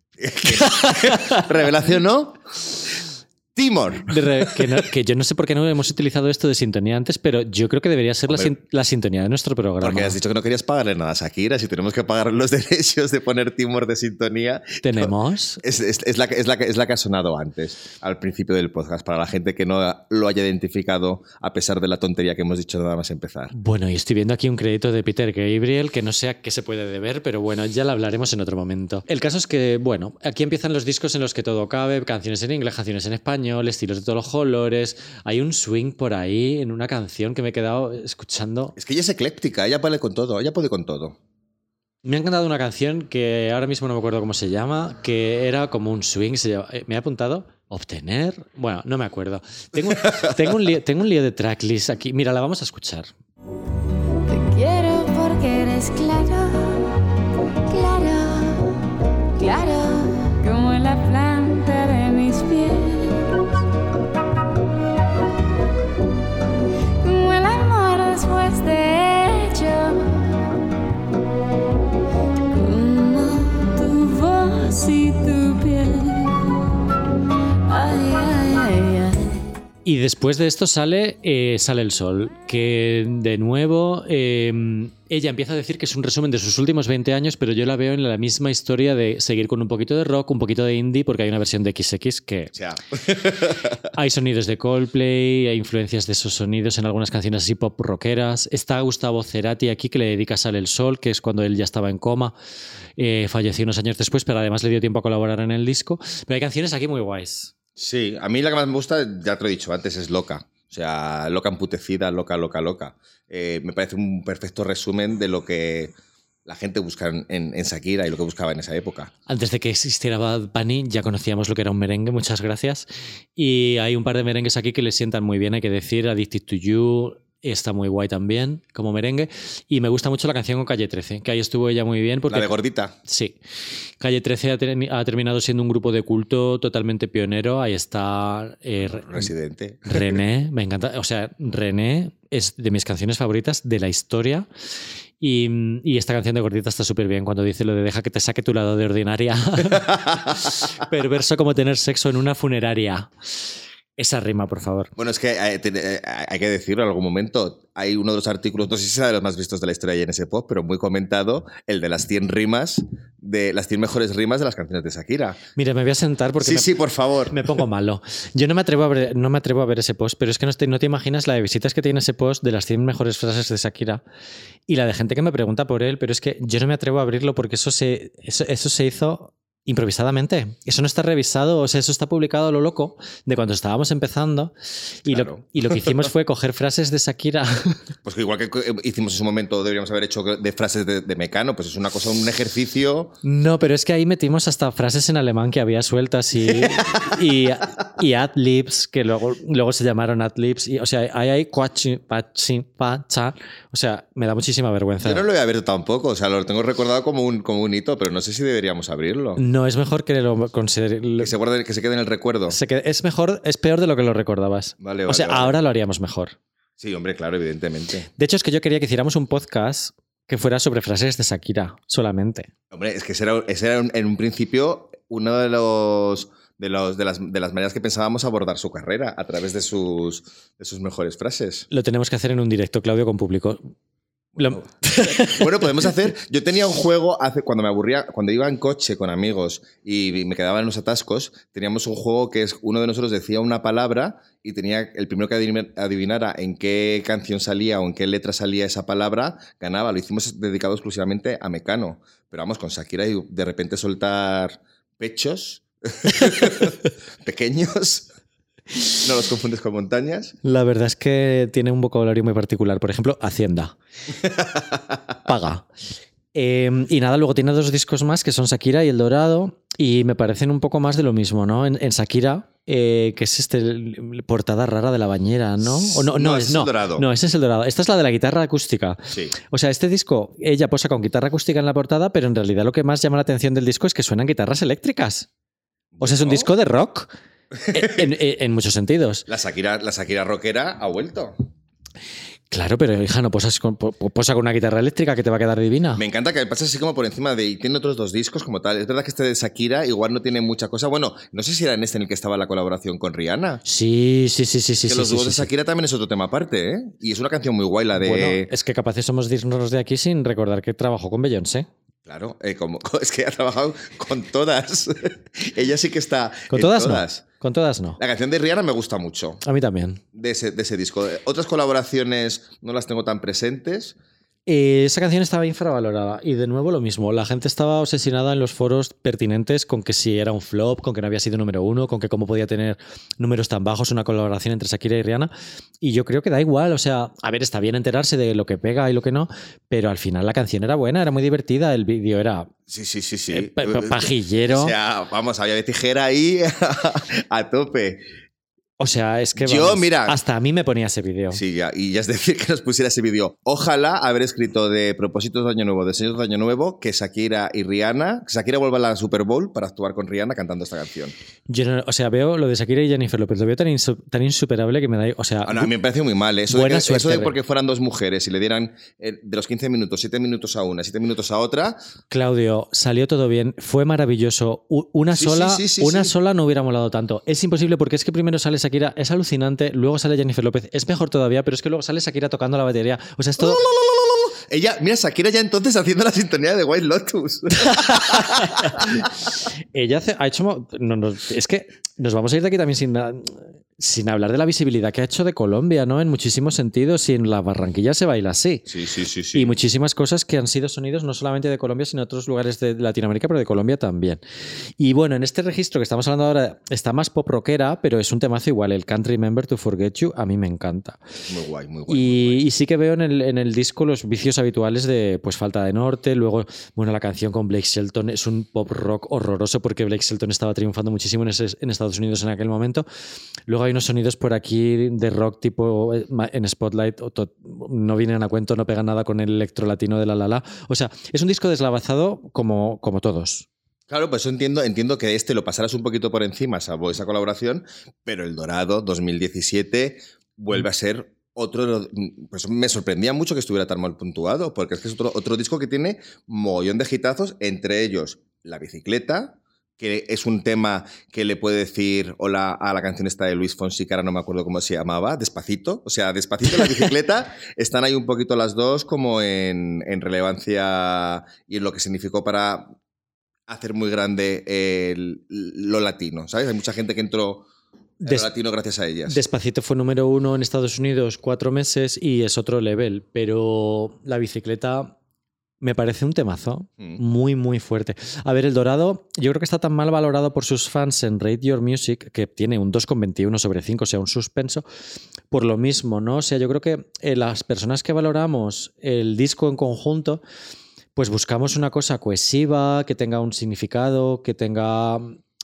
¿Revelación no? Timor. Que, no, que yo no sé por qué no hemos utilizado esto de sintonía antes, pero yo creo que debería ser la, sin, la sintonía de nuestro programa. Porque has dicho que no querías pagarle nada a Shakira. Si tenemos que pagar los derechos de poner Timor de sintonía... ¿Tenemos? Es, es, es, la, es, la, es la que ha sonado antes, al principio del podcast, para la gente que no lo haya identificado a pesar de la tontería que hemos dicho nada más empezar. Bueno, y estoy viendo aquí un crédito de Peter Gabriel que no sé a qué se puede deber, pero bueno, ya lo hablaremos en otro momento. El caso es que, bueno, aquí empiezan los discos en los que todo cabe, canciones en inglés, canciones en español, estilos de todos los colores. Hay un swing por ahí en una canción que me he quedado escuchando. Es que ella es ecléptica, ella puede con todo, ella puede con todo. Me ha encantado una canción que ahora mismo no me acuerdo cómo se llama, que era como un swing. Se llama, me ha apuntado Obtener. Bueno, no me acuerdo. Tengo, tengo, un lío, tengo un lío de tracklist aquí. Mira, la vamos a escuchar. es claro, claro, claro, como la planta de mis pies, como el amor después de hecho, como tu voz y tu piel. Ay, ay, ay, ay. Y después de esto sale, eh, sale el sol, que de nuevo eh, ella empieza a decir que es un resumen de sus últimos veinte años, pero yo la veo en la misma historia de seguir con un poquito de rock, un poquito de indie, porque hay una versión de equis equis que Ya. hay sonidos de Coldplay, hay influencias de esos sonidos en algunas canciones así pop rockeras. Está Gustavo Cerati aquí, que le dedica Sale el sol, que es cuando él ya estaba en coma. Eh, falleció unos años después, pero además le dio tiempo a colaborar en el disco. Pero hay canciones aquí muy guays. Sí, a mí la que más me gusta, ya te lo he dicho antes, es Loca. O sea, loca emputecida, loca, loca, loca. Eh, me parece un perfecto resumen de lo que la gente busca en, en Shakira y lo que buscaba en esa época. Antes de que existiera Bad Bunny ya conocíamos lo que era un merengue, muchas gracias. Y hay un par de merengues aquí que le sientan muy bien, hay que decir, Addicted to You está muy guay también como merengue. Y me gusta mucho la canción con Calle trece, que ahí estuvo ella muy bien. Porque, La de Gordita. Sí. Calle trece ha, ter ha terminado siendo un grupo de culto totalmente pionero. Ahí está eh, Residente. René, me encanta. O sea, René es de mis canciones favoritas de la historia. Y, y esta canción de Gordita está súper bien cuando dice lo de deja que te saque tu lado de ordinaria. Perverso como tener sexo en una funeraria. Esa rima, por favor. Bueno, es que hay, hay que decirlo en algún momento. Hay uno de los artículos, no sé si será de los más vistos de la historia de N S Pop, pero muy comentado, el de las cien rimas, de las cien mejores rimas de las canciones de Shakira. Mira, me voy a sentar porque sí, me, sí, por favor. me pongo malo. Yo no me atrevo a ver, no me atrevo a ver ese post, pero es que no te, no te imaginas la de visitas que tiene ese post de las cien mejores frases de Shakira y la de gente que me pregunta por él, pero es que yo no me atrevo a abrirlo porque eso se, eso, eso se hizo improvisadamente. Eso no está revisado, o sea, eso está publicado a lo loco de cuando estábamos empezando y, Claro. lo, y lo que hicimos fue coger frases de Shakira. Pues que igual que hicimos en su momento, deberíamos haber hecho de frases de, de Mecano, pues es una cosa, un ejercicio. No, pero es que ahí metimos hasta frases en alemán que había sueltas y, y, y ad-libs, que luego, luego se llamaron ad-libs. Y, o sea, ahí hay cuachi, pachi, pacha. O sea, me da muchísima vergüenza. Yo no lo voy a ver tampoco, o sea, lo tengo recordado como un, como un hito, pero no sé si deberíamos abrirlo. No, es mejor que lo considere. Que se, guarde, que se quede en el recuerdo. Se quede, es mejor, es peor de lo que lo recordabas. Vale, vale, o sea, vale. ahora lo haríamos mejor. Sí, hombre, claro, evidentemente. De hecho, es que yo quería que hiciéramos un podcast que fuera sobre frases de Shakira solamente. Hombre, es que ese era, ese era un- en un principio uno de los, de los de las, de las maneras que pensábamos abordar su carrera, a través de sus, de sus mejores frases. Lo tenemos que hacer en un directo, Claudio, con público. Lo- Bueno, podemos hacer. Yo tenía un juego hace cuando me aburría, cuando iba en coche con amigos y me quedaba en los atascos, teníamos un juego que es uno de nosotros decía una palabra y tenía el primero que adivina- adivinara en qué canción salía o en qué letra salía esa palabra, ganaba. Lo hicimos dedicado exclusivamente a Mecano. Pero vamos, con Shakira y de repente soltar pechos pequeños. No los confundes con montañas. La verdad es que tiene un vocabulario muy particular. Por ejemplo, Hacienda. Paga. Eh, y nada, luego tiene dos discos más que son Shakira y El Dorado. Y me parecen un poco más de lo mismo, ¿no? En, en Shakira, eh, que es este el- portada rara de la bañera, ¿no? O no, no, No, es, ese es no, El Dorado. no, ese es El Dorado. Esta es la de la guitarra acústica. Sí. O sea, este disco, ella posa con guitarra acústica en la portada, pero en realidad lo que más llama la atención del disco es que suenan guitarras eléctricas. O sea, es un Bueno. disco de rock en, en- en muchos sentidos. La Shakira, la Shakira rockera ha vuelto. Claro, pero hija, no posas con, po- posa con una guitarra eléctrica que te va a quedar divina. Me encanta que pasa así como por encima de... Y tiene otros dos discos como tal. Es verdad que este de Shakira igual no tiene mucha cosa. Bueno, no sé si era en este en el que estaba la colaboración con Rihanna. Sí, sí, sí, sí, sí. que sí, los sí, dúos sí, de sí. Shakira también es otro tema aparte, ¿eh? Y es una canción muy guay, la de... Bueno, es que capaces somos de irnos de aquí sin recordar que trabajó con Beyoncé. Claro, eh, como, es que ha trabajado con todas. Ella sí que está ¿Con en todas, todas. no? Con todas no. La canción de Rihanna me gusta mucho, A mí también. de ese, de ese disco. Otras colaboraciones no las tengo tan presentes. Eh, esa canción estaba infravalorada y de nuevo lo mismo, la gente estaba obsesionada en los foros pertinentes con que si era un flop, con que no había sido número uno, con que cómo podía tener números tan bajos una colaboración entre Shakira y Rihanna, y yo creo que da igual, o sea, a ver, está bien enterarse de lo que pega y lo que no, pero al final la canción era buena, era muy divertida, el vídeo era Sí, sí, sí, sí. eh, pa- pa- pajillero. O sea, vamos, había de tijera ahí a tope. O sea, es que Yo, vamos, mira- hasta a mí me ponía ese vídeo. Sí, ya, y ya es decir que nos pusiera ese vídeo. Ojalá haber escrito de propósitos de Año Nuevo, deseos de Año Nuevo, que Shakira y Rihanna, que Shakira vuelva a la Super Bowl para actuar con Rihanna cantando esta canción. Yo no- o sea, veo lo de Shakira y Jennifer López, lo veo tan, insu- tan insuperable que me da. O sea, Ah, no, a mí me parece muy mal. ¿eh? Eso, de, Buena que- suerte, eso de Re. porque fueran dos mujeres y le dieran eh, de los quince minutos, siete minutos a una, siete minutos a otra. Claudio, salió todo bien, fue maravilloso. U- Una Sí, sola, sí, sí, sí, una sí. sola no hubiera molado tanto. Es imposible porque es que primero sale Shakira, es alucinante, luego sale Jennifer López, es mejor todavía, pero es que luego sale Shakira tocando la batería. O sea, es todo. Ella, mira, Shakira ya entonces haciendo la sintonía de White Lotus. Ella hace- ha hecho. mo- no, no, es que nos vamos a ir de aquí también sin, na- sin hablar de la visibilidad que ha hecho de Colombia, ¿no? En muchísimos sentidos, y en la Barranquilla se baila así. Sí, sí, sí, Y muchísimas cosas que han sido sonidos no solamente de Colombia, sino de otros lugares de Latinoamérica, pero de Colombia también. Y bueno, en este registro que estamos hablando ahora está más pop rockera, pero es un temazo igual. El Can't Remember to Forget You a mí me encanta. Muy guay, muy guay. muy Y, guay. y sí que veo en el, en el disco los vicios habituales de pues falta de norte. Luego, bueno, la canción con Blake Shelton es un pop rock horroroso porque Blake Shelton estaba triunfando muchísimo en, ese- en Estados Unidos en aquel momento. Luego hay unos sonidos por aquí de rock tipo eh, ma- en Spotlight, o to- no vienen a cuento, no pegan nada con el electro latino de La La La. O sea, es un disco deslavazado como, como todos. Claro, pues yo entiendo, entiendo que este lo pasarás un poquito por encima, salvo esa colaboración, pero El Dorado dos mil diecisiete vuelve a ser otro. Pues me sorprendía mucho que estuviera tan mal puntuado, porque es que es otro, otro disco que tiene mogollón de hitazos, entre ellos La Bicicleta, que es un tema que le puede decir hola a la canción esta de Luis Fonsi, que ahora no me acuerdo cómo se llamaba, Despacito. O sea, Despacito y La Bicicleta están ahí un poquito las dos como en, en relevancia y en lo que significó para hacer muy grande el- lo latino, ¿sabes? Hay mucha gente que entró en Des- lo latino gracias a ellas. Despacito fue número uno en Estados Unidos cuatro meses y es otro level, pero La Bicicleta me parece un temazo Mm. muy, muy fuerte. A ver, El Dorado yo creo que está tan mal valorado por sus fans en Rate Your Music, que tiene un dos coma veintiuno sobre cinco, o sea, un suspenso, por lo mismo, ¿no? O sea, yo creo que eh, las personas que valoramos el disco en conjunto, pues buscamos una cosa cohesiva, que tenga un significado, que tenga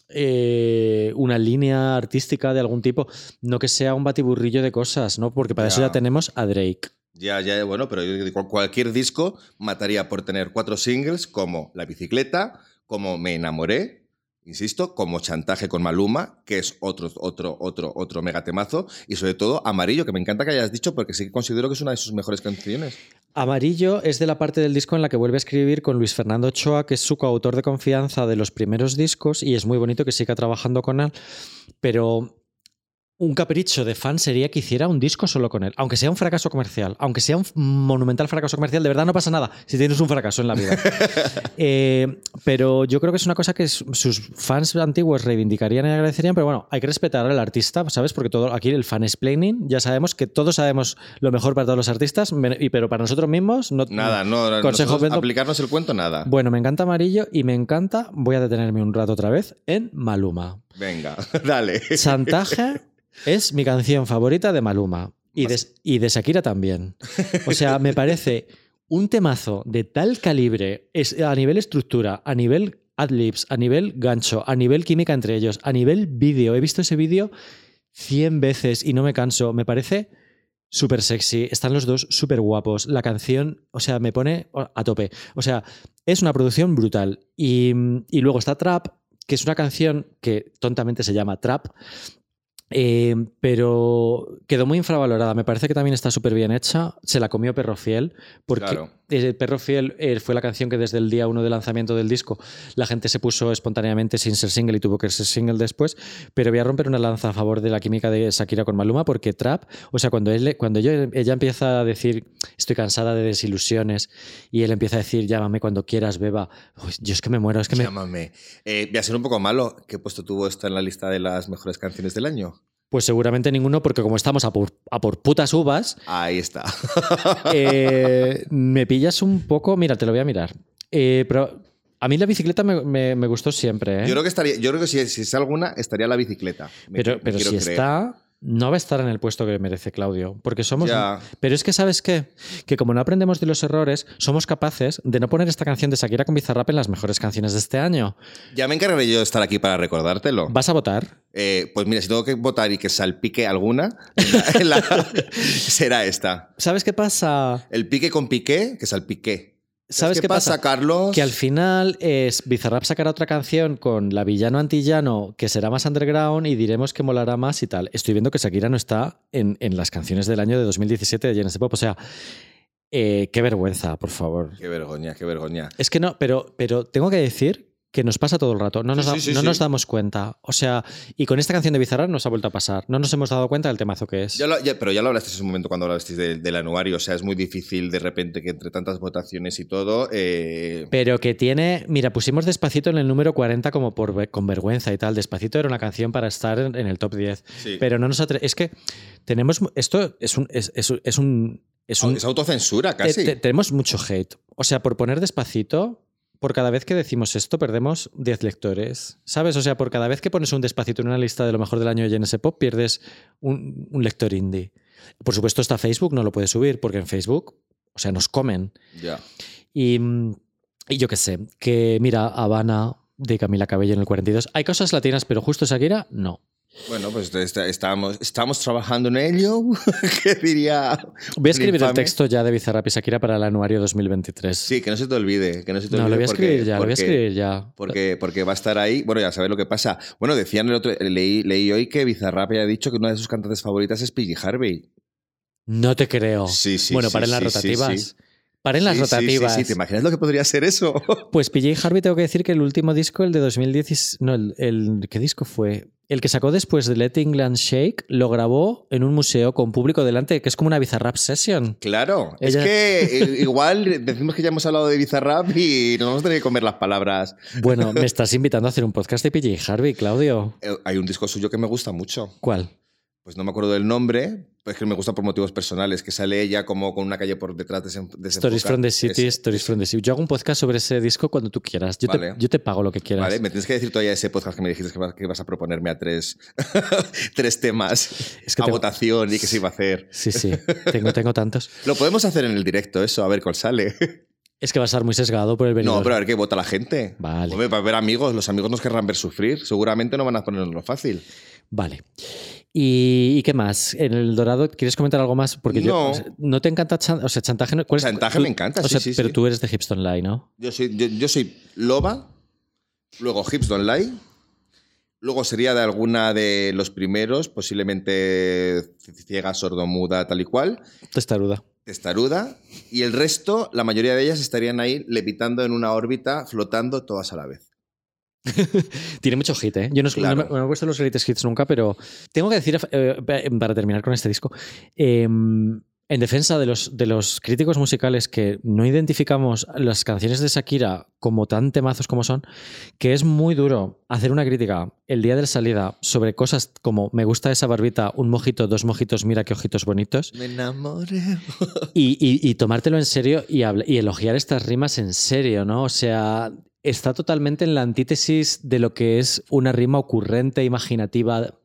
eh, una línea artística de algún tipo, no que sea un batiburrillo de cosas, ¿no? Porque para Ya. eso ya tenemos a Drake. Ya, ya, bueno, pero yo digo, cualquier disco mataría por tener cuatro singles como La Bicicleta, como Me Enamoré, insisto, como Chantaje con Maluma, que es otro, otro, otro, otro megatemazo, y sobre todo Amarillo, que me encanta que hayas dicho porque sí que considero que es una de sus mejores canciones. Amarillo es de la parte del disco en la que vuelve a escribir con Luis Fernando Ochoa, que es su coautor de confianza de los primeros discos, y es muy bonito que siga trabajando con él, pero un capricho de fan sería que hiciera un disco solo con él, aunque sea un fracaso comercial, aunque sea un monumental fracaso comercial, de verdad no pasa nada si tienes un fracaso en la vida. Eh, pero yo creo que es una cosa que sus fans antiguos reivindicarían y agradecerían, pero bueno, hay que respetar al artista, ¿sabes? Porque todo aquí el fan-explaining, ya sabemos que todos sabemos lo mejor para todos los artistas, y pero para nosotros mismos no. Nada, no, Consejo nosotros vendo- aplicarnos el cuento, nada. Bueno, me encanta Amarillo y me encanta, voy a detenerme un rato otra vez, en Maluma. Venga, dale. Chantaje es mi canción favorita de Maluma y de, y de Shakira también. O sea, me parece un temazo de tal calibre, es, a nivel estructura, a nivel adlibs, a nivel gancho, a nivel química entre ellos, a nivel vídeo. He visto ese vídeo cien veces y no me canso. Me parece súper sexy. Están los dos súper guapos. La canción, o sea, me pone a tope. O sea, es una producción brutal. Y, y luego está Trap, que es una canción que tontamente se llama Trap, eh, pero quedó muy infravalorada. Me parece que también está súper bien hecha. Se la comió Perro Fiel, porque Claro. eh, Perro Fiel eh, fue la canción que desde el día uno de lanzamiento del disco la gente se puso espontáneamente sin ser single y tuvo que ser single después. Pero voy a romper una lanza a favor de la química de Shakira con Maluma, porque Trap, o sea, cuando, él, cuando yo- ella empieza a decir estoy cansada de desilusiones y él empieza a decir llámame cuando quieras, beba. Uy, yo es que me muero, es que me... Llámame. Eh, voy a ser un poco malo. ¿Qué puesto tuvo esta en la lista de las mejores canciones del año? Pues seguramente ninguno, porque como estamos a por, a por putas uvas, Ahí está. eh, me pillas un poco. Mira, te lo voy a mirar. Eh, pero a mí la bicicleta me, me- me gustó siempre. ¿eh? Yo creo que estaría, yo creo que si, si es alguna, estaría La Bicicleta. Me pero qui- me pero quiero si creer. está, no va a estar en el puesto que merece Claudio, porque somos... Ya. Pero es que, ¿sabes qué? Que como no aprendemos de los errores, somos capaces de no poner esta canción de Shakira con Bizarrap en las mejores canciones de este año. Ya me encargaré yo de estar aquí para recordártelo. ¿Vas a votar? Eh, pues mira, si tengo que votar y que salpique alguna, en la- en la- será esta. ¿Sabes qué pasa? El pique con piqué, que salpique. ¿Sabes qué pasa? Carlos? Que al final es Bizarrap sacará otra canción con la villano antillano que será más underground y diremos que molará más y tal. Estoy viendo que Shakira no está en, en las canciones del año de dos mil diecisiete de Genesis Pop. O sea, eh, qué vergüenza, por favor. Qué vergüenza, qué vergüenza. Es que no, pero, pero tengo que decir que nos pasa todo el rato. No, nos, Sí, da- sí, sí, no sí. nos damos cuenta. O sea, y con esta canción de Bizarrap nos ha vuelto a pasar. No nos hemos dado cuenta del temazo que es. Ya lo- ya- pero ya lo hablaste en ese momento cuando hablasteis del, del anuario. O sea, es muy difícil de repente que entre tantas votaciones y todo. eh, Pero que tiene. Mira, pusimos Despacito en el número cuarenta como por ve- con vergüenza y tal. Despacito era una canción para estar en, en el top diez. sí. Pero no nos atre- Es que tenemos. Esto es un. Es, es- es un. Es un Es autocensura, te- casi. te- tenemos mucho hate. O sea, por poner Despacito. Por cada vez que decimos esto, perdemos diez lectores. ¿Sabes? O sea, por cada vez que pones un Despacito en una lista de lo mejor del año de G N S Pop, pierdes un, un lector indie. Por supuesto, está Facebook, no lo puedes subir, porque en Facebook, o sea, nos comen. Ya. Y, mm, y yo qué sé, que mira, Habana de Camila Cabello en el cuarenta y dos. Hay cosas latinas, pero justo Shakira, no. Bueno, pues est- estamos, estamos trabajando en ello. ¿Qué diría? Voy a escribir el infame? texto ya de Bizarrap y Shakira para el anuario dos mil veintitrés. Sí, que no se te olvide. Que no se te no, olvide lo voy a porque- escribir ya, lo voy a porque- escribir ya. Porque, porque va a estar ahí. Bueno, ya sabes lo que pasa. Bueno, decían el otro. Leí, leí hoy que Bizarrap había dicho que una de sus cantantes favoritas es P J Harvey. No te creo. Sí, sí, bueno, sí, paren las sí, rotativas. sí, sí. Paren las Sí, sí, rotativas. Sí, sí, ¿te imaginas lo que podría ser eso? Pues P J Harvey, tengo que decir que el último disco, el de dos mil diez, no, el, el- ¿qué disco fue? El que sacó después de Let England Shake, lo grabó en un museo con público delante, que es como una Bizarrap session. Claro. Ella- Es que eh, igual decimos que ya hemos hablado de Bizarrap y nos vamos a tener que comer las palabras. Bueno, me estás invitando a hacer un podcast de P J Harvey, Claudio. Eh, Hay un disco suyo que me gusta mucho. ¿Cuál? Pues no me acuerdo del nombre, pues es que me gusta por motivos personales, que sale ella como con una calle por detrás desem- desenfocada. Stories from the City, Ese, Stories ese. from the City. Yo hago un podcast sobre ese disco cuando tú quieras. Yo, Vale. te, yo te pago lo que quieras. Vale, me tienes que decir todavía ese podcast que me dijiste que vas, que vas a proponerme a tres, tres temas Es que a tengo- votación y que se iba a hacer. Sí, sí. Tengo, tengo tantos. Lo podemos hacer en el directo, eso, a ver cuál sale. Es que va a estar muy sesgado por el venidor. No, pero a ver qué vota la gente. Vale. Hombre, para ver amigos, los amigos nos querrán ver sufrir. Seguramente no van a ponernos lo fácil. Vale. ¿Y, y qué más? En El Dorado, ¿quieres comentar algo más? Porque yo, No. o sea, no te encanta chan- o sea, chantaje. no- ¿cuál es- Chantaje tú- me encanta, o sí, sea, sí, Pero sí. tú eres de Hips Don't Lie, ¿no? Yo soy, yo, yo soy Loba, luego Hips Don't Lie, luego sería de alguna de los primeros, posiblemente Ciega, Sordomuda, tal y cual, Testaruda. Testaruda, y el resto, la mayoría de ellas estarían ahí levitando en una órbita, flotando todas a la vez. Tiene mucho hit, ¿eh? Yo no, Claro. no me, no me he puesto los greatest hits nunca, pero tengo que decir, eh, para terminar con este disco, eh, en defensa de los, de los críticos musicales que no identificamos las canciones de Shakira como tan temazos como son, que es muy duro hacer una crítica el día de la salida sobre cosas como me gusta esa barbita, un mojito, dos mojitos, mira qué ojitos bonitos, Me enamoré. y, y- y tomártelo en serio y, habl- y elogiar estas rimas en serio, ¿no? O sea, está totalmente en la antítesis de lo que es una rima ocurrente, imaginativa.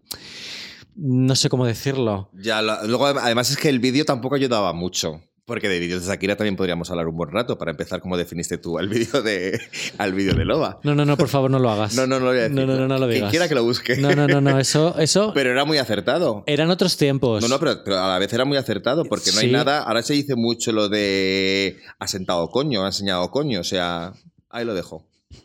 No sé cómo decirlo. Ya, lo- luego, además es que el vídeo tampoco ayudaba mucho. Porque de vídeos de Shakira también podríamos hablar un buen rato. Para empezar, ¿cómo definiste tú al vídeo de, al vídeo de Loba? No, no, no, por favor, no lo hagas. No, no, no lo voy a decir. No, no, no, no lo Quien digas. quiera que lo busque. No, no, no, no, eso, eso Pero era muy acertado. eran otros tiempos. No, no, pero, pero a la vez era muy acertado porque no hay Sí. nada. Ahora se dice mucho lo de ha sentado coño, ha enseñado coño. O sea, ahí lo dejo.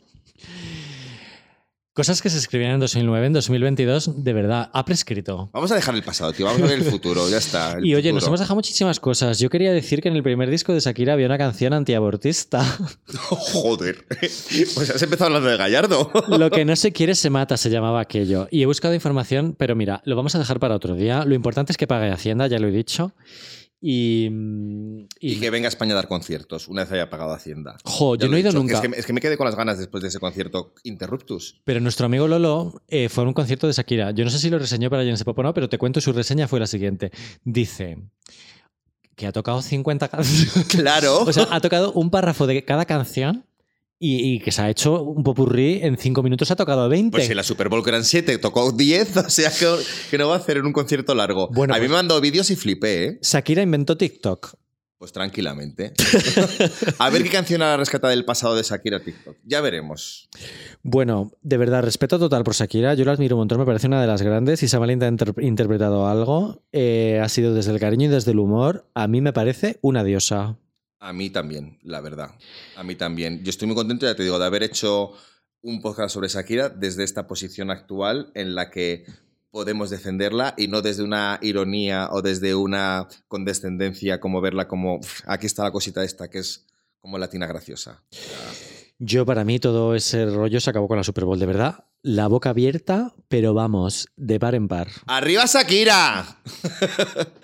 Cosas que se escribían en dos mil nueve, en dos mil veintidós, de verdad, ha prescrito. Vamos a dejar el pasado, tío. Vamos a ver el futuro. Ya está. el Y oye, nos futuro. hemos dejado muchísimas cosas. Yo quería decir que en el primer disco de Shakira había una canción antiabortista. Joder. Pues has empezado hablando de Gallardo. Lo que no se quiere se mata, se llamaba aquello. Y he buscado información, pero mira, lo vamos a dejar para otro día. Lo importante es que pague Hacienda, ya lo he dicho. Y. Y y que venga a España a dar conciertos una vez haya pagado Hacienda. jo, Ya yo lo no he ido dicho. nunca. Es que, me- es que me quedé con las ganas después de ese concierto Interruptus. Pero nuestro amigo Lolo eh, fue a un concierto de Shakira. Yo no sé si lo reseñó para Jense Pop o no, pero te cuento, su reseña fue la siguiente. Dice que ha tocado cincuenta canciones. Claro. O sea, ha tocado un párrafo de cada canción y, y que se ha hecho un popurrí en cinco minutos, ha tocado veinte. Pues si la Super Bowl que eran siete, tocó diez, o sea que, que no va a hacer en un concierto largo. Bueno, a mí pues, me mandó vídeos y flipé, ¿eh? Shakira inventó TikTok. Pues tranquilamente. A ver qué canción hará rescata del pasado de Shakira TikTok. Ya veremos. Bueno, de verdad, respeto total por Shakira. Yo la admiro un montón, me parece una de las grandes. Y Samalin ha inter- interpretado algo. Eh, ha sido desde el cariño y desde el humor. A mí me parece una diosa. A mí también, la verdad. A mí también. Yo estoy muy contento, ya te digo, de haber hecho un podcast sobre Shakira desde esta posición actual en la que podemos defenderla y no desde una ironía o desde una condescendencia, como verla como aquí está la cosita esta que es como latina graciosa. Yo, para mí, todo ese rollo se acabó con la Super Bowl, de verdad. La boca abierta, pero vamos, de par en par. ¡Arriba Shakira!